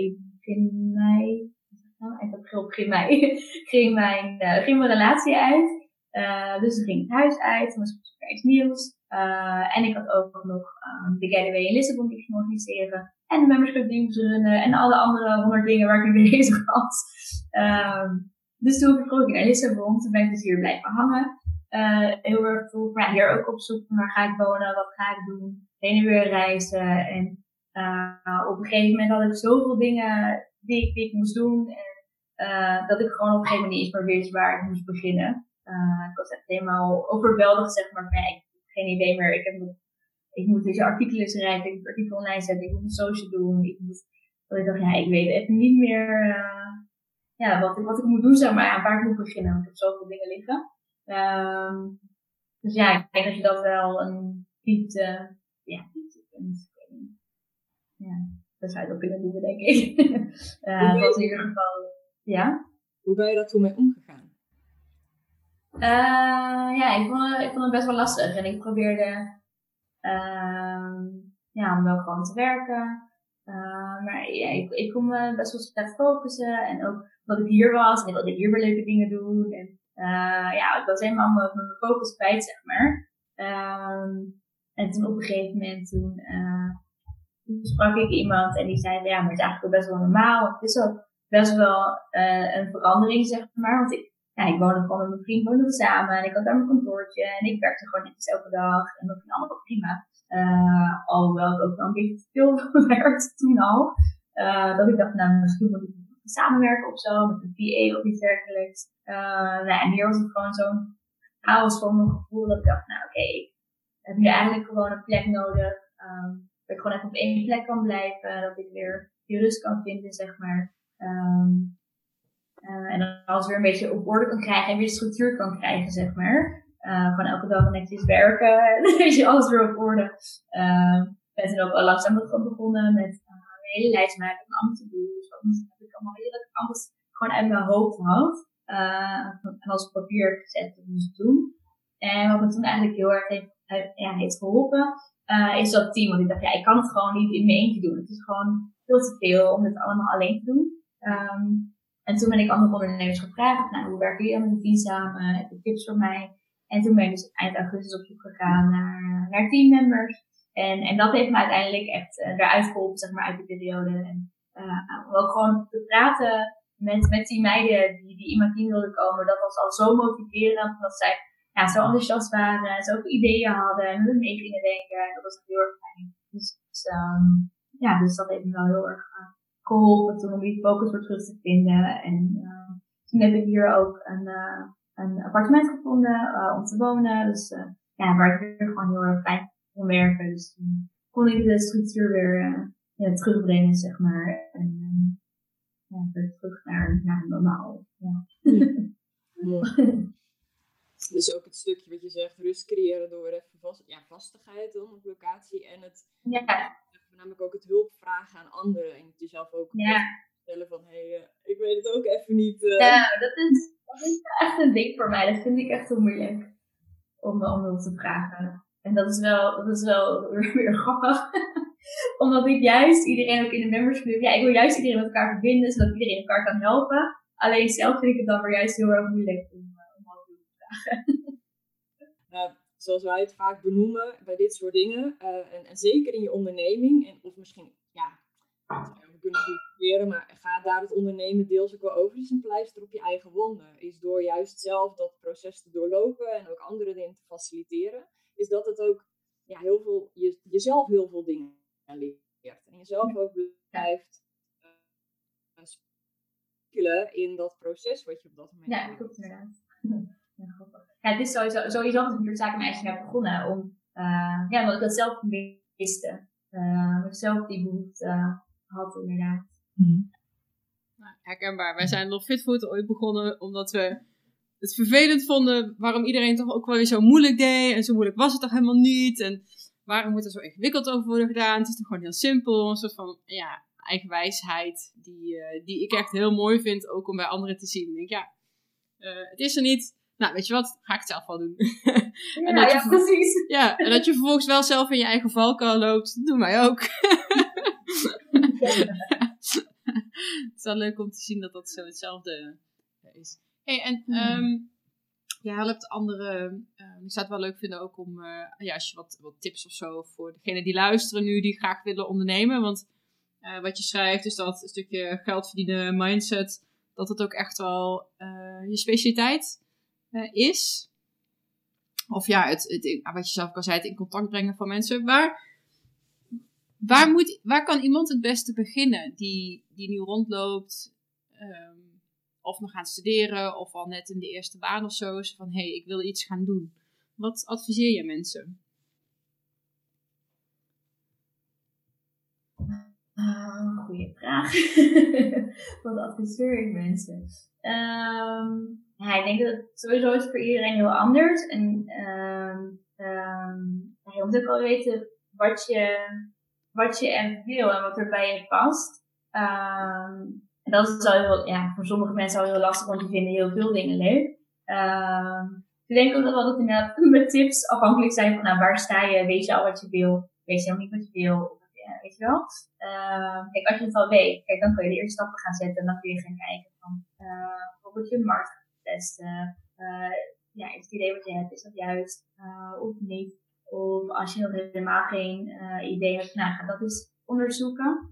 B: april, begin mei, ging mijn relatie uit. Dus toen ging het huis uit, toen was ik weer iets nieuws. En ik had ook nog de Getaway in Lissabon die ik ging organiseren. En de membership die ik moest runnen. En alle andere 100 dingen waar ik mee bezig was. Dus toen vroeg ik naar Lissabon. Toen ben ik dus hier blijven hangen. Heel erg tof. Maar hier ook op zoek naar waar ga ik wonen, wat ga ik doen. Heen en weer reizen. En op een gegeven moment had ik zoveel dingen die ik moest doen. En dat ik gewoon op een gegeven moment niet eens meer wist waar ik moest beginnen. Ik was echt helemaal overweldigd, zeg maar. Ik heb geen idee meer. Ik moet deze artikelen schrijven, ik moet artikelen online zetten, ik moet een social doen. Ik dacht, ik weet even niet meer wat ik moet doen, zeg maar, waar ik moet beginnen. Want ik heb zoveel dingen liggen. Dus ja, ik denk dat je dat wel een dieptepunt. Dat zou je ook kunnen doen, denk ik. Dat was in ieder geval, ja.
C: Hoe ben je daar toen mee omgegaan?
B: Ik vond het best wel lastig. En ik probeerde om wel gewoon te werken. Maar ik kon me best wel slecht focussen. En ook dat ik hier was. En dat ik hier weer leuke dingen doe. En ik was helemaal mijn focus kwijt, zeg maar. En toen op een gegeven moment, toen sprak ik iemand. En die zei, maar het is eigenlijk ook best wel normaal. Want het is ook best wel een verandering, zeg maar. Want ik woonde gewoon met mijn vriend, woonden we samen. En ik had daar mijn kantoortje. En ik werkte gewoon netjes elke dag. En dat ging allemaal prima. Alhoewel het ook wel een beetje te veel werd toen al. Dat ik dacht, misschien moet ik samenwerken of zo, met een PA of iets dergelijks. En hier was het gewoon zo'n chaos voor mijn gevoel dat ik dacht, ik heb nu eigenlijk gewoon een plek nodig. Dat ik gewoon even op één plek kan blijven, dat ik weer die rust kan vinden, zeg maar. En dan alles weer een beetje op orde kan krijgen en weer structuur kan krijgen, zeg maar. Gewoon elke dag netjes werken en weet je, alles weer op orde. Ik ben toen ook al langzaam begonnen met een hele lijst maken van allemaal to-do's. Dat heb ik allemaal redelijk alles gewoon uit mijn hoofd gehad. En als op papier gezet dat ik moest doen. En wat me toen eigenlijk heel erg heeft geholpen, is dat team. Want ik dacht, ik kan het gewoon niet in mijn eentje doen. Het is gewoon veel te veel om het allemaal alleen te doen. En toen ben ik andere ondernemers gevraagd, hoe werken jullie met een team samen? Heb je tips voor mij? En toen ben ik dus eind augustus op zoek gegaan naar teammembers. En dat heeft me uiteindelijk echt eruit geholpen, zeg maar, uit die periode. En ook gewoon te praten met die meiden die in mijn team wilden komen. Dat was al zo motiverend, omdat zij zo enthousiast waren, zoveel ideeën hadden en mee gingen denken. En dat was heel erg fijn. Dus dat heeft me wel heel erg geholpen toen om die focus weer terug te vinden. En toen heb ik hier ook een appartement gevonden om te wonen. Dus waar ik weer gewoon heel erg fijn kon werken. Dus toen kon ik de structuur weer terugbrengen, zeg maar. En weer terug naar normaal. Ja.
C: Dus ook het stukje wat je zegt, rust creëren door weer even vastigheid dan op locatie. En het namelijk ook het hulp vragen aan anderen. En jezelf ook stellen van, ik weet het ook even niet.
B: Dat is echt een ding voor mij. Dat vind ik echt heel moeilijk om hulp te vragen. En dat is wel weer grappig. Omdat ik juist iedereen ook in de membership, ik wil juist iedereen met elkaar verbinden, zodat iedereen elkaar kan helpen. Alleen zelf vind ik het dan weer juist heel erg moeilijk om hulp te vragen.
C: Zoals wij het vaak benoemen bij dit soort dingen, en zeker in je onderneming, of misschien, we kunnen filosoferen, maar gaat daar het ondernemen deels ook wel over, is een pleister op je eigen wonden. Is door juist zelf dat proces te doorlopen en ook anderen erin te faciliteren, is dat het ook heel veel, jezelf heel veel dingen leert. En jezelf ook blijft spelen in dat proces wat je op dat moment
B: doet. Ja, klopt inderdaad. Ja, grappig. Ja, het is sowieso dat ik met zakenmeisje heb begonnen omdat ik dat zelf miste. Dat ik zelf die behoefte had, inderdaad.
D: Herkenbaar. Wij zijn Love Fit Food ooit begonnen omdat we het vervelend vonden waarom iedereen toch ook wel weer zo moeilijk deed. En zo moeilijk was het toch helemaal niet. En waarom moet er zo ingewikkeld over worden gedaan? Het is toch gewoon heel simpel. Een soort van eigen wijsheid die ik echt heel mooi vind, ook om bij anderen te zien. Ik denk, het is er niet. Nou, weet je wat? Ga ik het zelf wel doen.
B: Precies.
D: Ja, en dat je vervolgens wel zelf in je eigen valkuil loopt, dat doen wij ook. Het is wel leuk om te zien dat dat zo hetzelfde is. Hey, en je helpt anderen. Ik zou het wel leuk vinden ook om, als je wat tips of zo voor degenen die luisteren nu, die graag willen ondernemen. Want wat je schrijft, is dat een stukje geld verdienen, mindset, dat het ook echt wel je specialiteit is. Of wat je zelf al zei, het in contact brengen van mensen. Waar kan iemand het beste beginnen die nu rondloopt, of nog aan het studeren, of al net in de eerste baan of zo, is van ik wil iets gaan doen. Wat adviseer je mensen?
B: Goeie vraag. Wat adviseer ik mensen? Ik denk dat het sowieso is voor iedereen heel anders. En je moet ook wel weten wat je en wil en wat er bij je past. En dat is al voor sommige mensen al heel lastig, want die vinden heel veel dingen leuk. Ik denk ook dat het inderdaad met tips afhankelijk zijn van waar sta je, weet je al wat je wil, weet je nog niet wat je wil. Weet je wel? Kijk, als je het al weet, dan kun je de eerste stappen gaan zetten en dan kun je gaan kijken van bijvoorbeeld je markt testen. Is het idee wat je hebt, is dat juist of niet? Of als je nog helemaal geen idee hebt, ga dat eens onderzoeken.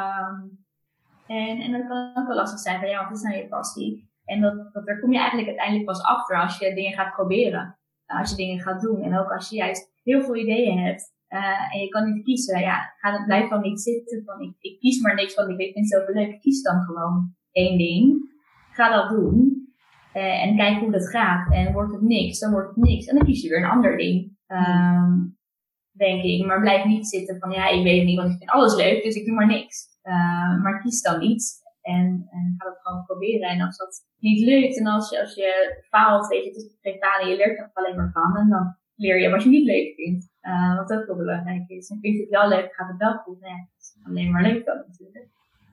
B: En dat kan ook wel lastig zijn van wat is nou je passie? En daar kom je eigenlijk uiteindelijk pas achter als je dingen gaat proberen. Als je dingen gaat doen. En ook als je juist heel veel ideeën hebt. En je kan niet kiezen. Blijf dan niet zitten van ik kies maar niks, want ik vind het zoveel leuk. Kies dan gewoon. één ding. Ga dat doen. En kijk hoe dat gaat. En wordt het niks, dan wordt het niks. En dan kies je weer een ander ding. Denk ik. Maar blijf niet zitten van, ja, ik weet het niet, want ik vind alles leuk, dus ik doe maar niks. Maar kies dan iets. En ga dat gewoon proberen. En als dat niet lukt, en als je faalt, weet je, het is geen falen, je leert er alleen maar van. En dan leer je wat je niet leuk vindt. Wat ook wel belangrijk is. En vind je het wel leuk, gaat het wel goed. Nee, het is alleen maar leuk dan natuurlijk.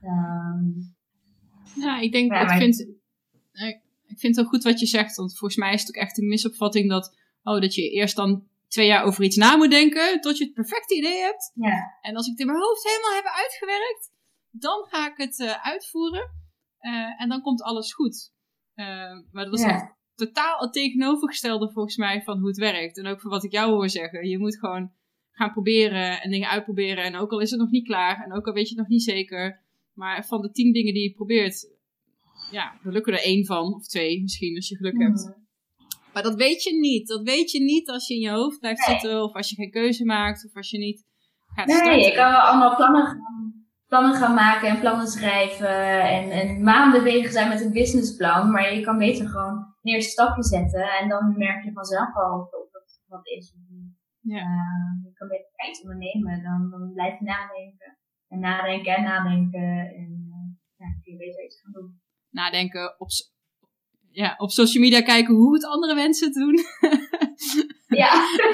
D: Ja, ik denk, ik vind het wel goed wat je zegt. Want volgens mij is het ook echt een misopvatting dat je eerst dan 2 jaar over iets na moet denken, tot je het perfecte idee hebt.
B: Ja.
D: En als ik het in mijn hoofd helemaal heb uitgewerkt, dan ga ik het uitvoeren. En dan komt alles goed. Maar dat is echt totaal het tegenovergestelde volgens mij van hoe het werkt. En ook van wat ik jou hoor zeggen. Je moet gewoon gaan proberen en dingen uitproberen. En ook al is het nog niet klaar. En ook al weet je het nog niet zeker. Maar van de 10 dingen die je probeert, ja, er lukken er 1 van. Of 2 misschien, als je geluk hebt. Maar dat weet je niet. Dat weet je niet als je in je hoofd blijft zitten. Of als je geen keuze maakt. Of als je niet gaat starten.
B: Nee, je kan wel allemaal plannen gaan maken en plannen schrijven. En maanden bezig zijn met een businessplan. Maar je kan beter gewoon een eerste stapje zetten. En dan merk je vanzelf al of dat wat is of niet.
D: Ja.
B: Je kan beter tijd ondernemen. Dan blijf je nadenken. En nadenken en nadenken. En kun je beter iets gaan doen.
D: Nadenken op social media kijken hoe het andere mensen het doen.
B: Ja.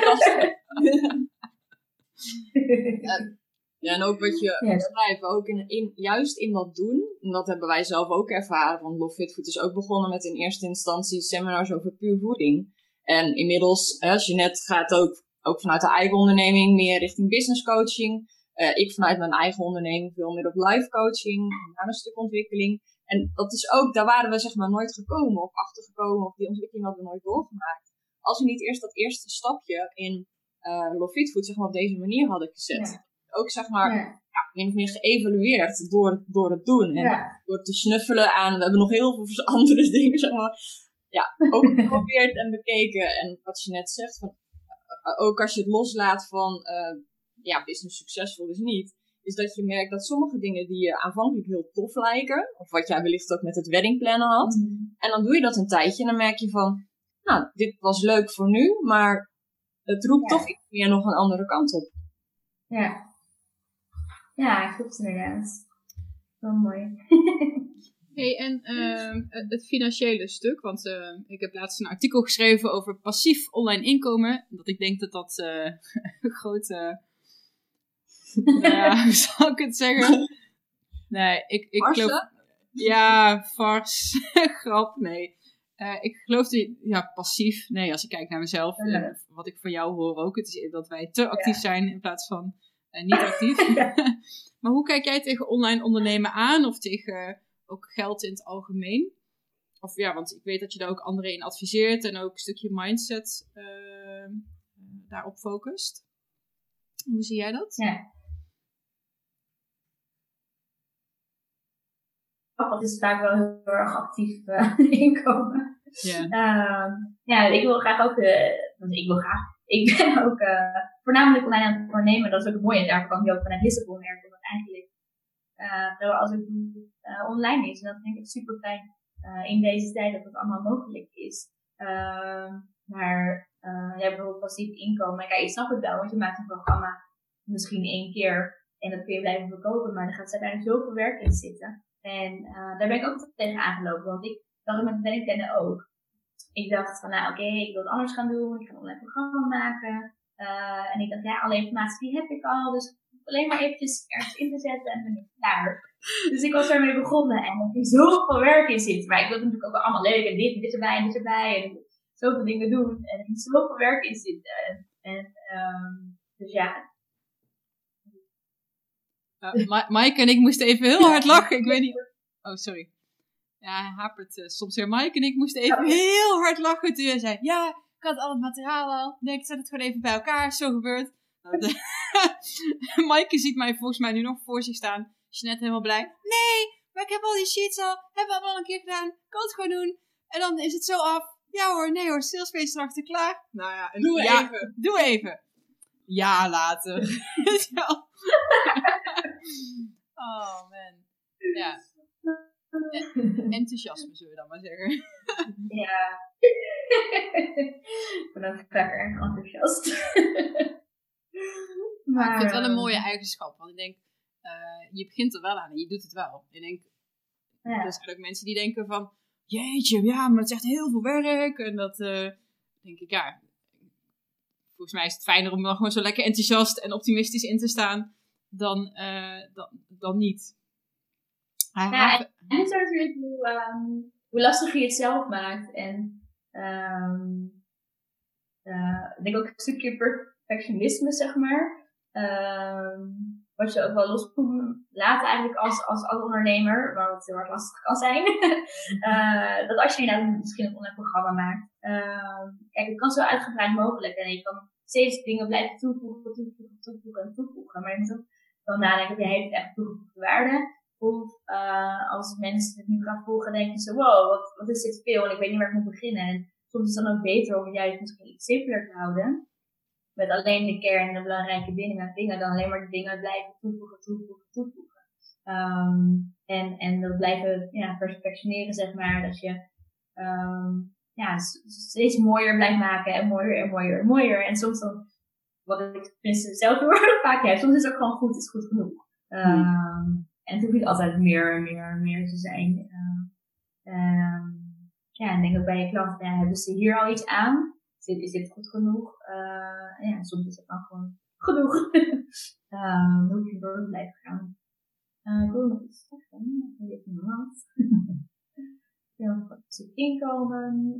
C: Ja, en ook wat je schrijft, ook juist in dat doen, en dat hebben wij zelf ook ervaren, want Love Fit Food is ook begonnen met in eerste instantie seminars over puur voeding. En inmiddels, als je net gaat ook vanuit de eigen onderneming meer richting business coaching. Ik vanuit mijn eigen onderneming veel meer op life coaching, naar een stuk ontwikkeling. En dat is ook, daar waren we zeg maar nooit gekomen of achtergekomen, of die ontwikkeling hadden we nooit doorgemaakt. Als we niet eerst dat eerste stapje in Love Fit Food zeg maar op deze manier hadden gezet. Ja. Ook zeg maar min of meer geëvalueerd door het doen. En door te snuffelen aan, we hebben nog heel veel andere dingen zeg maar. Ja, ook geprobeerd en bekeken. En wat je net zegt, van, ook als je het loslaat van business succesvol is niet. Is dat je merkt dat sommige dingen die je aanvankelijk heel tof lijken. Of wat jij wellicht ook met het weddingplannen had. En dan doe je dat een tijdje en dan merk je van, nou, dit was leuk voor nu. Maar het roept toch iets meer nog een andere kant op.
B: Ja, klopt inderdaad. Wel mooi.
D: Hey, en het financiële stuk, want ik heb laatst een artikel geschreven over passief online inkomen. Dat ik denk dat een grote, hoe zou ik het zeggen? Nee, ik geloof... Ja, vars, grap, nee. Ik geloof passief. Nee, als ik kijk naar mezelf, wat ik van jou hoor ook, het is dat wij te actief zijn in plaats van niet actief. Maar hoe kijk jij tegen online ondernemen aan of tegen ook geld in het algemeen? Of want ik weet dat je daar ook anderen in adviseert en ook een stukje mindset daarop focust. Hoe zie jij dat?
B: Ja. Dat is vaak wel heel erg actief inkomen. Ik wil graag ook, ik ben ook voornamelijk online aan het ondernemen. Dat is ook het mooie. En daarvoor kan ik ook vanuit Lissabon werken. Want eigenlijk, als het online is, en dat vind ik super fijn in deze tijd dat het allemaal mogelijk is. Maar bijvoorbeeld passief inkomen. Kijk, ik snap het wel, want je maakt een programma misschien 1 keer. En dat kun je blijven verkopen. Maar er gaat uiteindelijk zoveel werk in zitten. En daar ben ik ook tegen aangelopen. Want ik dacht met weddingplannen ook. Ik dacht van, ik wil het anders gaan doen. Ik ga een online programma maken. En ik dacht, alle informatie die heb ik al. Dus alleen maar eventjes ergens in te zetten en dan ben ik klaar. Dus ik was daarmee begonnen. En er ging zoveel werk in zitten. Maar ik wilde natuurlijk ook wel allemaal leuk. En dit erbij en dit erbij. En zoveel dingen doen. En er ging zoveel werk in zitten. Dus ja.
D: Maaike en ik moesten even heel hard lachen. Ik weet niet... Oh, sorry. Ja, hij hapert soms weer. Maaike en ik moesten even heel hard lachen toen jij zei... Ja, ik had al het materiaal al. Nee, ik zet het gewoon even bij elkaar. Zo gebeurt. Maaike ziet mij volgens mij nu nog voor zich staan. Is net helemaal blij. Nee, maar ik heb al die sheets al. Hebben we al een keer gedaan. Ik kan het gewoon doen. En dan is het zo af. Ja hoor, nee hoor. Salespace erachter klaar. Nou ja, doe even. Ja, later. Oh man. Ja. enthousiasme, zullen we dan maar zeggen.
B: Ja. Ik ben ook vaak erg enthousiast.
D: Maar ik vind het wel een mooie eigenschap. Want ik denk, je begint er wel aan en je doet het wel. Ik denk, er zijn ook mensen die denken van, jeetje, ja, maar het is echt heel veel werk. En dat denk ik, ja, volgens mij is het fijner om dan gewoon zo lekker enthousiast en optimistisch in te staan dan niet.
B: Ja, en het is natuurlijk hoe lastiger je het zelf maakt. En ik denk ook een stukje perfectionisme, zeg maar. Wat je ook wel los moet laten eigenlijk als ondernemer, maar wat heel erg lastig kan zijn. Dat als je nou misschien een online programma maakt, kijk, het kan zo uitgebreid mogelijk en je kan steeds dingen blijven toevoegen. Maar je moet ook wel nadenken, heeft het echt toegevoegde waarde? Of als mensen het nu gaan volgen, denken ze, wow, wat is dit veel en ik weet niet waar ik moet beginnen. En soms is het dan ook beter om juist misschien iets simpeler te houden. Met alleen de kern en de belangrijke dingen dan alleen maar de dingen blijven toevoegen. En dat blijven perfectioneren, zeg maar. Dat je steeds mooier blijft maken en mooier. En soms dan, wat ik tenminste zelf heel erg vaak heb, soms is het ook gewoon goed, is goed genoeg. En het hoeft niet altijd meer te zijn. En ik denk ook bij je klanten, hebben ze hier al iets aan? Is dit goed genoeg? Soms is het dan gewoon genoeg. Dan hoef je door te blijven gaan. Ik wil nog iets zeggen. Ik weet niet wat. Heel goed inkomen.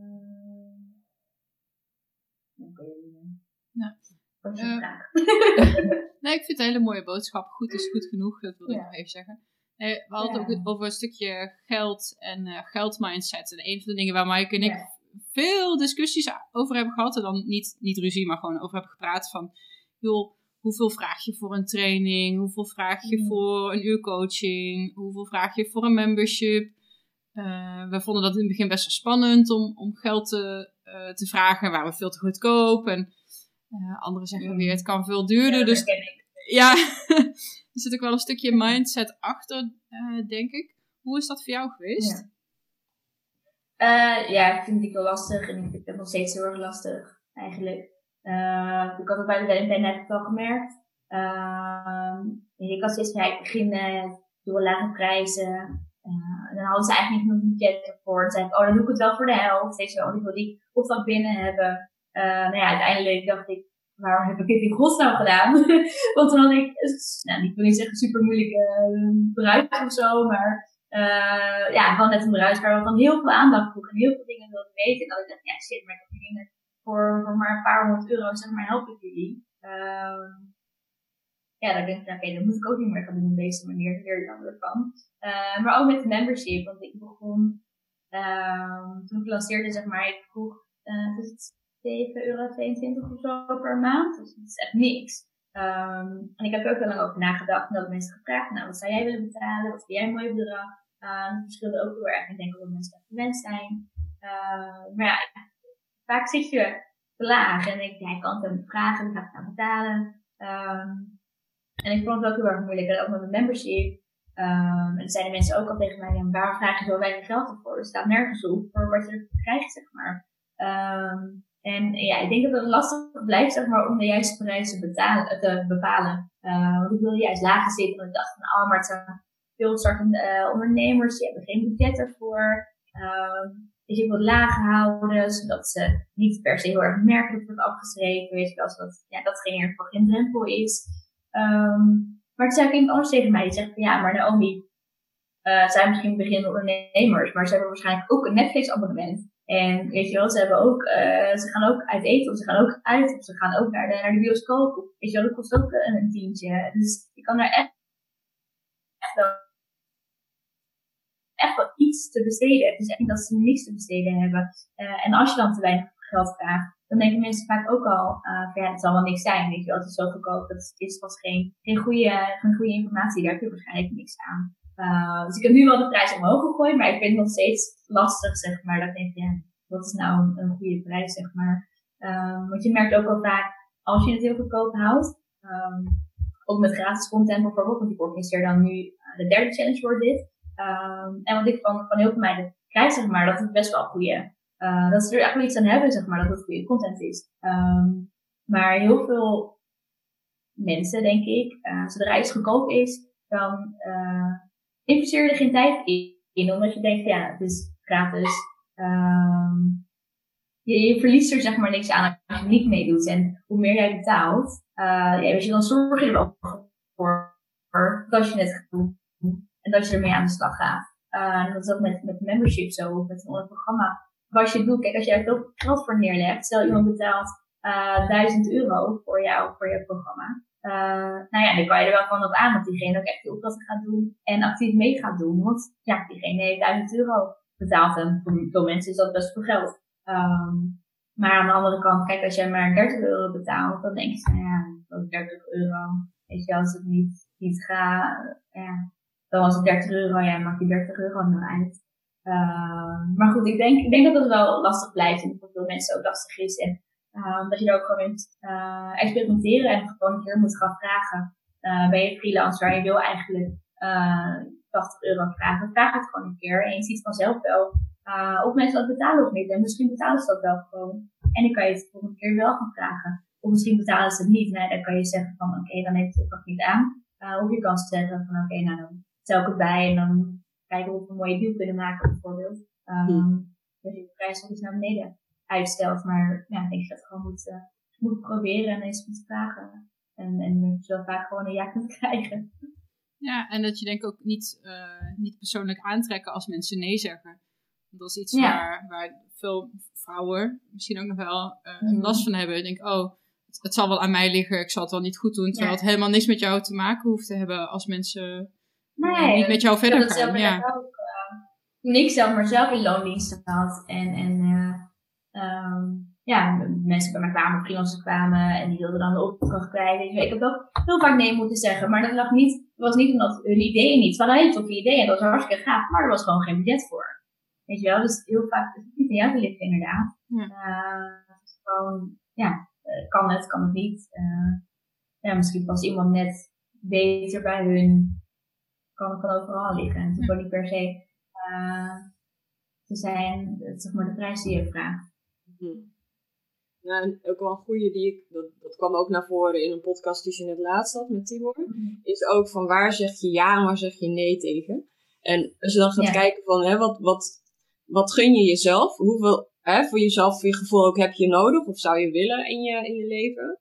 B: Dan kun je wat is je vraag?
D: Nee, ik vind het een hele mooie boodschap. Goed is goed genoeg, dat wilde ik nog even zeggen. We hadden het ook over een stukje geld en geldmindset. En een van de dingen waar Maaike en ik veel discussies over hebben gehad. En dan niet ruzie, maar gewoon over hebben gepraat van, joh, hoeveel vraag je voor een training? Hoeveel vraag je voor een uur coaching? Hoeveel vraag je voor een membership? We vonden dat in het begin best wel spannend om geld te vragen. Waren we veel te goedkoop. En anderen zeggen weer, het kan veel duurder.
B: Ja,
D: dus ja, er zit ook wel een stukje mindset achter, denk ik. Hoe is dat voor jou geweest?
B: Ik vind het wel lastig en ik vind het nog steeds heel erg lastig, eigenlijk. Ik had het bij de net al gemerkt. Je kan steeds beginnen door lage prijzen. En dan hadden ze eigenlijk niet genoeg budget ervoor. Dan zei ik, dan doe ik het wel voor de helft. Steeds wel, ik wil die opdracht binnen hebben. Uiteindelijk dacht ik, waarom heb ik dit in godsnaam gedaan? Want toen had ik, ik wil niet zeggen super moeilijke bruid of zo, maar gewoon net een bruid waar we van heel veel aandacht vroeg en heel veel dingen wilden weten. En dat ik dacht, shit, maar ik heb jullie voor maar een paar €100, zeg maar, help ik jullie. Dan denk ik, dat moet ik ook niet meer gaan doen op deze manier, daar leer je dan weer van. Maar ook met de membership, want ik begon, toen ik lanceerde, zeg maar, ik vroeg, €7,22 of zo per maand. Dus dat is echt niks. En ik heb er ook wel lang over nagedacht. En dat mensen gevraagd, wat zou jij willen betalen? Wat vind jij een mooi bedrag? Dat verschilde ook heel erg. Ik denk ook dat mensen dat gewend zijn. Vaak zit je te laag. En denk ik kan het hem vragen, dan ga ik het aan betalen. En ik vond het ook heel erg moeilijk. En ook met mijn membership. En dan zeiden mensen ook al tegen mij, waarom vraag je zo weinig geld ervoor? Er staat nergens op voor wat je krijgt, zeg maar. Ik denk dat het lastig blijft, zeg maar, om de juiste prijs te bepalen. Want ik wilde juist lager zitten, want ik dacht van, maar het zijn veel startende ondernemers, die hebben geen budget ervoor. Dus ik wil het lager houden, zodat ze niet per se heel erg merkelijk wordt afgeschreven, weet je wel, zodat dat geen erg geen drempel is. Maar toen zei iemand anders tegen mij, die zegt van, maar Naomi, zijn misschien beginnende ondernemers, maar ze hebben waarschijnlijk ook een Netflix-abonnement. En weet je wel, ze gaan ook uit eten, of ze gaan ook uit, of ze gaan ook naar de bioscoop. Of, weet je wel, dat kost ook een tientje. Dus je kan daar echt wel iets te besteden. Het is echt niet dat ze niks te besteden hebben. En als je dan te weinig geld vraagt, dan denken mensen vaak ook al, het zal wel niks zijn, weet je wel, het is zo goedkoop, dat is vast geen goede informatie, daar heb je waarschijnlijk niks aan. Dus ik heb nu wel de prijs omhoog gegooid, maar ik vind het nog steeds lastig, zeg maar, dat ik denk, wat is nou een goede prijs, zeg maar. Want je merkt ook wel vaak, als je het heel goedkoop houdt, ook met gratis content bijvoorbeeld, want ik organiseer dan nu, de derde challenge wordt dit, En wat ik van heel veel meiden krijg, zeg maar, dat het best wel goede, dat ze er echt wel iets aan hebben, zeg maar, dat het goede content is. Maar heel veel mensen, denk ik, zodra iets goedkoop is, dan investeer je er geen tijd in, omdat je denkt, ja, het is gratis. Je verliest er zeg maar niks aan als je niet meedoet. En hoe meer jij betaalt, weet je, dan zorg je er wel voor dat je het gaat doen en dat je ermee aan de slag gaat. En dat is ook met membership zo, of met een online programma. Wat je doet, kijk, als jij er veel geld voor neerlegt, stel iemand betaalt €1.000 voor jouw programma. Nou ja, dan kan je er wel van op aan dat diegene ook echt de opdrachten gaat doen en actief mee gaat doen. Want ja, diegene heeft €1.000 betaald en voor veel mensen is dat best veel geld. Maar aan de andere kant, kijk, als jij maar €30 betaalt, dan denk je, nou ja, dat is €30. Weet je, als het niet gaat, ja, dan was het €30, ja, maak je €30 nog uit. Maar goed, ik denk dat het wel lastig blijft en voor veel mensen ook lastig is. En dat je er ook gewoon kunt experimenteren en gewoon een keer moet gaan vragen. Ben je freelancer, je wil eigenlijk €80 vragen, vraag het gewoon een keer en je ziet vanzelf wel of mensen dat betalen of niet. En misschien betalen ze dat wel gewoon. En dan kan je het de volgende keer wel gaan vragen. Of misschien betalen ze het niet. Nou, dan kan je zeggen van oké, dan heeft het nog niet aan. Of je kan zeggen van oké, nou dan tel ik het bij en dan kijken of we een mooie deal kunnen maken bijvoorbeeld. Dat je de prijs nog eens naar beneden uitstelt. Maar ja, ik denk dat je dat gewoon moet proberen en eens moet vragen. En dat je wel vaak gewoon een ja kunt krijgen.
D: Ja, en dat je denk ik ook niet persoonlijk aantrekken als mensen nee zeggen. Dat is iets waar veel vrouwen misschien ook nog wel last van hebben. Ik denk, het zal wel aan mij liggen, ik zal het wel niet goed doen. Terwijl het helemaal niks met jou te maken hoeft te hebben als mensen niet met jou verder gaan.
B: Toen ik zelf in loondienst had mensen bij mij kwamen, freelancers kwamen en die wilden dan de opdracht krijgen. Ik heb ook heel vaak nee moeten zeggen, maar dat was niet omdat hun ideeën niet. Ze hadden hele toffe ideeën en dat was hartstikke gaaf, maar er was gewoon geen budget voor. Weet je wel, dus heel vaak is het niet in jou te liggen inderdaad. Het is gewoon, kan het niet. Misschien past iemand net beter bij hun, kan het van overal liggen. Het is gewoon niet per se te zijn, zeg maar, de prijs die je vraagt.
C: Ja, en ook wel een goede dat kwam ook naar voren in een podcast die je net laatst had met Timur, is ook van waar zeg je ja en waar zeg je nee tegen. En als je dan gaat kijken van wat gun je jezelf, hoeveel voor jezelf, voor je gevoel ook heb je nodig of zou je willen in je leven.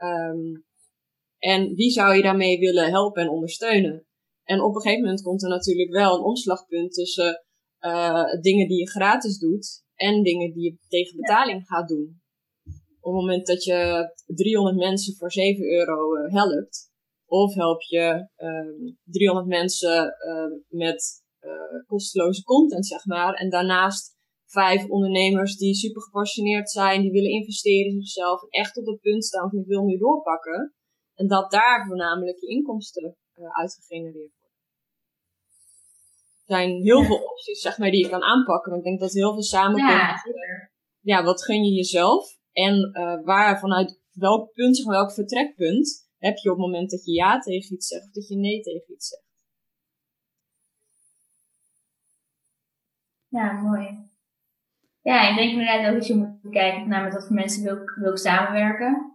C: En wie zou je daarmee willen helpen en ondersteunen. En op een gegeven moment komt er natuurlijk wel een omslagpunt tussen dingen die je gratis doet en dingen die je tegen betaling gaat doen. Op het moment dat je 300 mensen voor €7 helpt, of help je 300 mensen met kosteloze content, zeg maar, en daarnaast 5 ondernemers die super gepassioneerd zijn, die willen investeren in zichzelf en echt op het punt staan van ik wil nu doorpakken, en dat daar voornamelijk je inkomsten uit gegenereerd worden. Er zijn heel veel opties, zeg maar, die je kan aanpakken, maar ik denk dat heel veel samenkomt. Ja, wat gun je jezelf? En waar vanuit welk punt, zeg maar, welk vertrekpunt heb je op het moment dat je ja tegen iets zegt of dat je nee tegen iets zegt.
B: Ja, mooi. Ja, ik denk inderdaad ook dat je moet kijken naar met wat voor mensen wil ik samenwerken.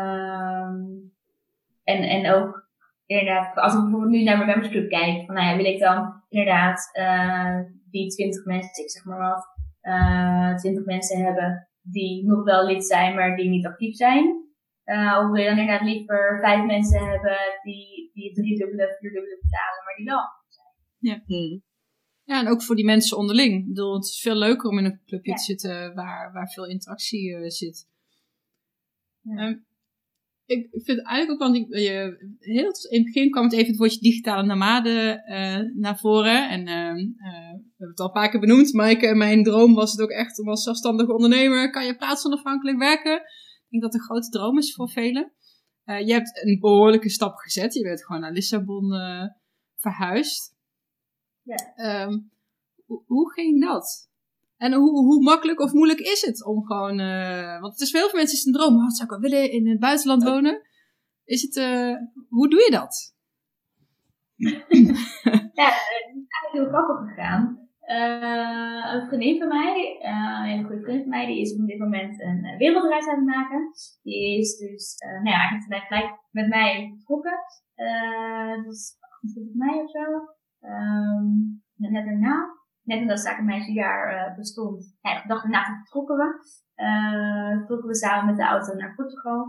B: En ook inderdaad, als ik bijvoorbeeld nu naar mijn membersclub kijk, van nou ja, wil ik dan inderdaad die 20 mensen, ik zeg maar wat, 20 mensen hebben die nog wel lid zijn, maar die niet actief zijn. Of wil je dan inderdaad liever 5 mensen hebben die 3-dubbele, 4-dubbele betalen, maar die wel actief zijn.
D: Ja. Ja, en ook voor die mensen onderling. Ik bedoel, het is veel leuker om in een clubje te zitten waar veel interactie zit. Ja. Ik vind eigenlijk ook, want in het begin kwam het even het woordje digitale nomade naar voren. En we hebben het al een paar keer benoemd. Maaike, mijn droom was het ook echt om als zelfstandige ondernemer, kan je plaatsonafhankelijk werken. Ik denk dat het een grote droom is voor velen. Je hebt een behoorlijke stap gezet. Je bent gewoon naar Lissabon verhuisd. Ja. Hoe ging dat? En hoe makkelijk of moeilijk is het om gewoon... want het is voor heel veel mensen een droom. Wat zou ik wel willen in het buitenland wonen? Is het... hoe doe je dat?
B: Ja, eigenlijk heel grappig gegaan. Een vriendin van mij, een hele goede vriendin van mij, die is op dit moment een wereldreis aan het maken. Die is dus, eigenlijk gelijk met mij vertrokken. Dat is 28 mei of zo. Net daarna. Net omdat zakenmeisjesjaar bestond. Ja, de dag daarna vertrokken we. Vertrokken we samen met de auto naar Portugal.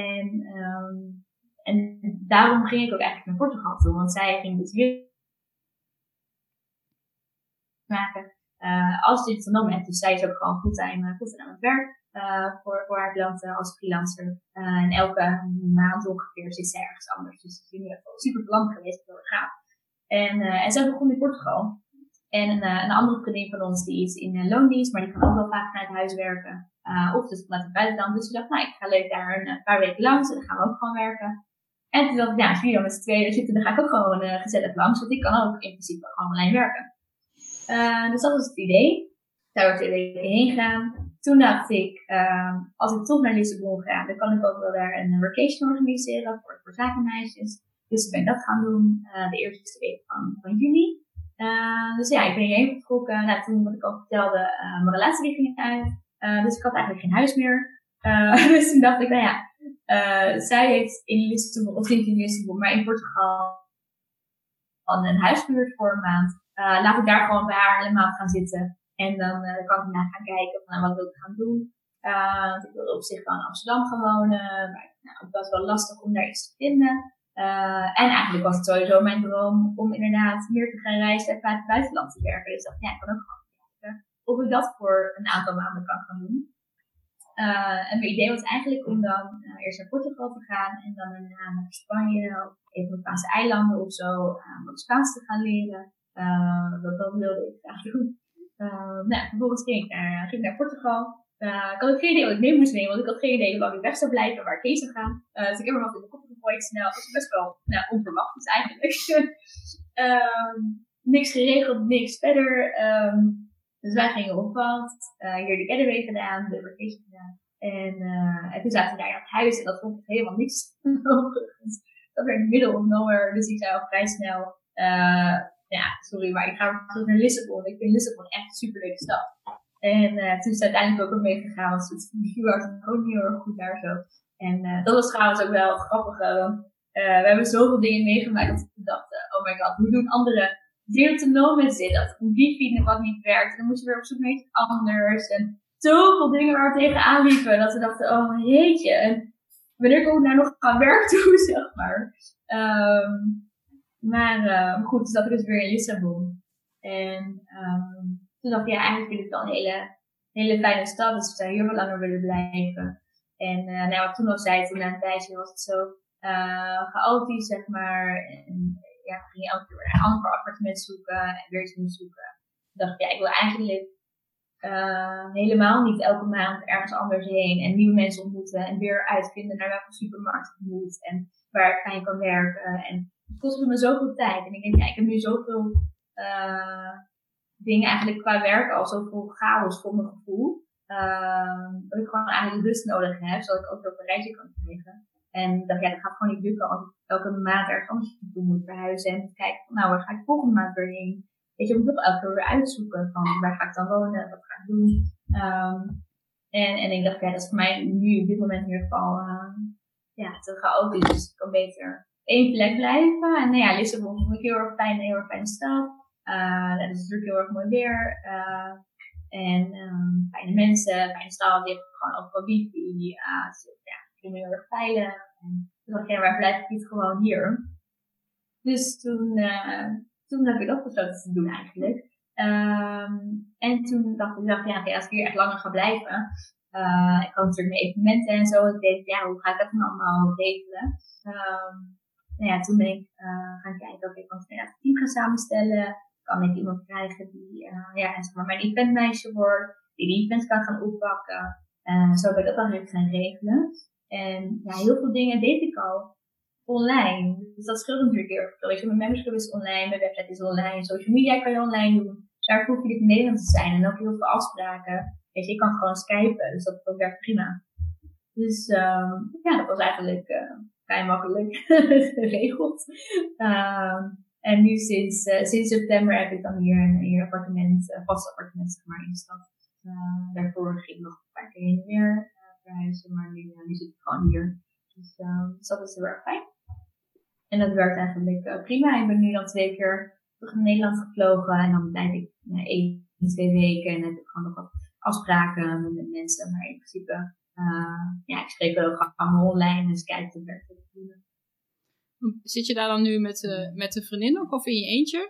B: En daarom ging ik ook eigenlijk naar Portugal toe. Want zij ging dus weer maken als digital nomad. Dus zij is ook gewoon fulltime aan het werk voor haar klanten als freelancer. En elke maand ongeveer zit zij ergens anders. Dus het is in ieder geval super belangrijk geweest, heel erg gaaf. En zij begon in Portugal. En een andere vriendin van ons die is in loondienst, maar die kan ook wel vaak vanuit huis werken. Of dus vanuit het buitenland. Dus we dachten, ik ga leuk daar een paar weken langs en dan gaan we ook gewoon werken. En toen dacht ik, als jullie dan met z'n tweeën zitten, dan ga ik ook gewoon gezellig langs. Want ik kan ook in principe gewoon online werken. Dus dat was het idee. Daar we 2 weken heen gaan. Toen dacht ik, als ik toch naar Lissabon ga, dan kan ik ook wel daar een workation organiseren voor zakenmeisjes. Dus ben ik dat gaan doen de eerste week van juni. Dus ja, ik ben hierheen vertrokken. Toen, wat ik al vertelde, mijn relatie ging uit. Dus ik had eigenlijk geen huis meer. Dus toen dacht ik, zij heeft in Lissabon, of niet in Lissabon, maar in Portugal een huis gehuurd voor een maand. Laat ik daar gewoon bij haar een maand gaan zitten. En dan kan ik daarna gaan kijken van wat wil ik gaan doen. Want ik wilde op zich wel in Amsterdam gaan wonen. Maar het was wel lastig om daar iets te vinden. En eigenlijk was het sowieso mijn droom om inderdaad meer te gaan reizen en vanuit het buitenland te werken. Dus ik dacht, ik kan ook gewoon kijken of ik dat voor een aantal maanden kan gaan doen. En mijn idee was eigenlijk om dan eerst naar Portugal te gaan en dan daarna naar Spanje of even de Spaanse eilanden of zo, wat Spaans te gaan leren. Dat wilde ik graag doen. Vervolgens ging ik naar Portugal. Ik had ook geen idee wat ik mee moest nemen, want ik had geen idee hoe lang ik weg zou blijven en waar ik heen zou gaan. Dus ik heb er wat in de kop gegooid snel. Dat was best wel onverwacht dus eigenlijk. Niks geregeld, niks verder. Dus wij gingen op pad. Hier de getaway gedaan, de vacation gedaan. En toen zaten we daar in het huis en dat vond ik helemaal niks. Dat werd in the middle of nowhere. Dus ik zei al vrij snel, sorry, maar ik ga terug naar Lissabon. Ik vind Lissabon echt een superleuke stad. En toen is het uiteindelijk ook meegegaan, want het view was ook niet heel erg goed daar zo. En dat was trouwens ook wel grappig, want we hebben zoveel dingen meegemaakt dat we dachten, oh my god, hoe doen andere digital nomads dit? Dat wifi wat niet werkt, en dan moest je weer op zoek naar iets anders. En zoveel dingen waar we tegenaan liepen, dat we dachten, oh jeetje, en wanneer kom ik nou nog aan werk toe, zeg maar. Maar goed, toen zat ik dus weer in Lissabon. En toen dacht ik, eigenlijk vind ik het wel een hele fijne stad, dus we zijn hier wel langer willen blijven. En wat ik toen al zei, toen na een tijdje was het zo chaotisch, zeg maar. En we gingen elke keer weer een ander appartement zoeken en weer iets moeten zoeken. Toen dacht ik, ik wil eigenlijk helemaal niet elke maand ergens anders heen en nieuwe mensen ontmoeten en weer uitvinden naar welke supermarkt ik moet en waar ik fijn kan werken. En het kostte me zoveel tijd. En ik denk, ik heb nu zoveel dingen eigenlijk qua werk al zoveel chaos voor mijn gevoel. Dat ik gewoon eigenlijk rust nodig heb, zodat ik ook weer op een reisje kan krijgen. En dat gaat gewoon niet lukken als ik elke maand ergens anders naartoe moet verhuizen. En kijken van, waar ga ik volgende maand weer heen? Weet je, ik moet toch elke keer weer uitzoeken van waar ga ik dan wonen, wat ga ik doen. En ik dacht, dat is voor mij nu op dit moment in ieder geval te chaotisch. Dus ik kan beter één plek blijven. En Lissabon vond ik heel erg fijne stad. Dat is natuurlijk heel erg mooi weer. Fijne mensen, fijne stad. Je hebt gewoon overal wifi. Ik vind me heel erg veilig. En toen dacht ik, waar blijf ik niet gewoon hier? Dus toen heb ik dat besloten te doen eigenlijk. En toen dacht ik, als ik hier echt langer ga blijven. Ik had natuurlijk mijn evenementen en zo. Ik dacht, hoe ga ik dat dan allemaal regelen? Toen ben ik gaan kijken, ik kan een team gaan samenstellen. Kan ik iemand krijgen die mijn eventmeisje wordt. Die events kan gaan oppakken. Zo ben ik dat dan even gaan regelen. En heel veel dingen deed ik al online. Dus dat scheelt natuurlijk heel erg veel. Weet je, mijn membership is online, mijn website is online, social media kan je online doen. Daar hoef je niet in Nederland te zijn. En ook heel veel afspraken. Weet je, ik kan gewoon skypen, dus dat werkt prima. Dus dat was eigenlijk vrij makkelijk geregeld. En nu sinds september heb ik dan hier een appartement, vast appartement zeg maar in de stad. Daarvoor ging ik nog een paar keer heen en weer verhuizen, maar nu zit ik gewoon hier. Dus dat is heel erg fijn. En dat werkt eigenlijk prima. Ik ben nu dan 2 keer terug naar Nederland gevlogen en dan blijf ik 1-2 weken en dan heb ik gewoon nog wat afspraken met mensen. Maar in principe, ik spreek ook allemaal online, dus kijk, dat werkt ook prima.
D: Zit je daar dan nu met een vriendin nog of in je eentje?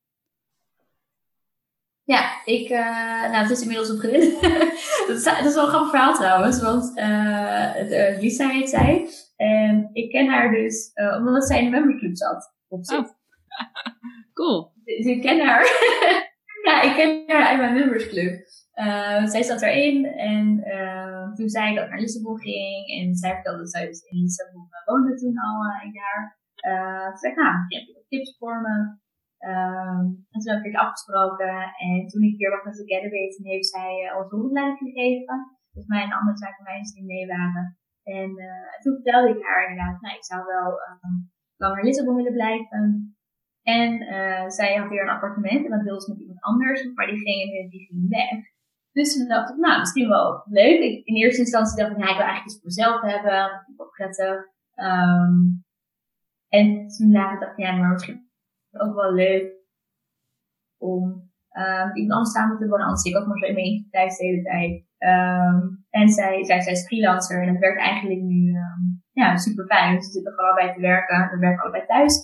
B: Ja, het is inmiddels een vriendin. dat is wel een grappig verhaal trouwens, want Lisa heet zij. En ik ken haar dus omdat zij in de memberclub zat. Op zich.
D: Oh. Cool.
B: Dus ik ken haar. Ja, ik ken haar uit mijn membersclub. Zij zat erin en toen zei ik dat ik naar Lissabon ging. En zij vertelde dat zij dus in Lissabon woonde toen al een jaar. Toen zei ik, misschien heb je ook tips voor me. En toen heb ik het afgesproken. En toen ik hier was met de Gatherway, heeft zij onze rondleiding gegeven. Dus mij en andere zakenmeisjes die mee waren. En toen vertelde ik haar inderdaad, ik zou wel langer in Lissabon willen blijven. En zij had weer een appartement en dat deelde ze met iemand anders, maar die ging weg. Dus toen dacht ik, misschien wel leuk. In eerste instantie dacht ik, ik wil eigenlijk iets voor mezelf hebben. Dat vind ik wel prettig. En toen dacht ik, maar misschien ook wel leuk om iemand anders samen te wonen. Anders zit ik ook maar zo in mijn eentje thuis de hele tijd. En zij is freelancer en dat werkt eigenlijk nu super fijn. Dus we zitten gewoon allebei te werken. We werken allebei thuis.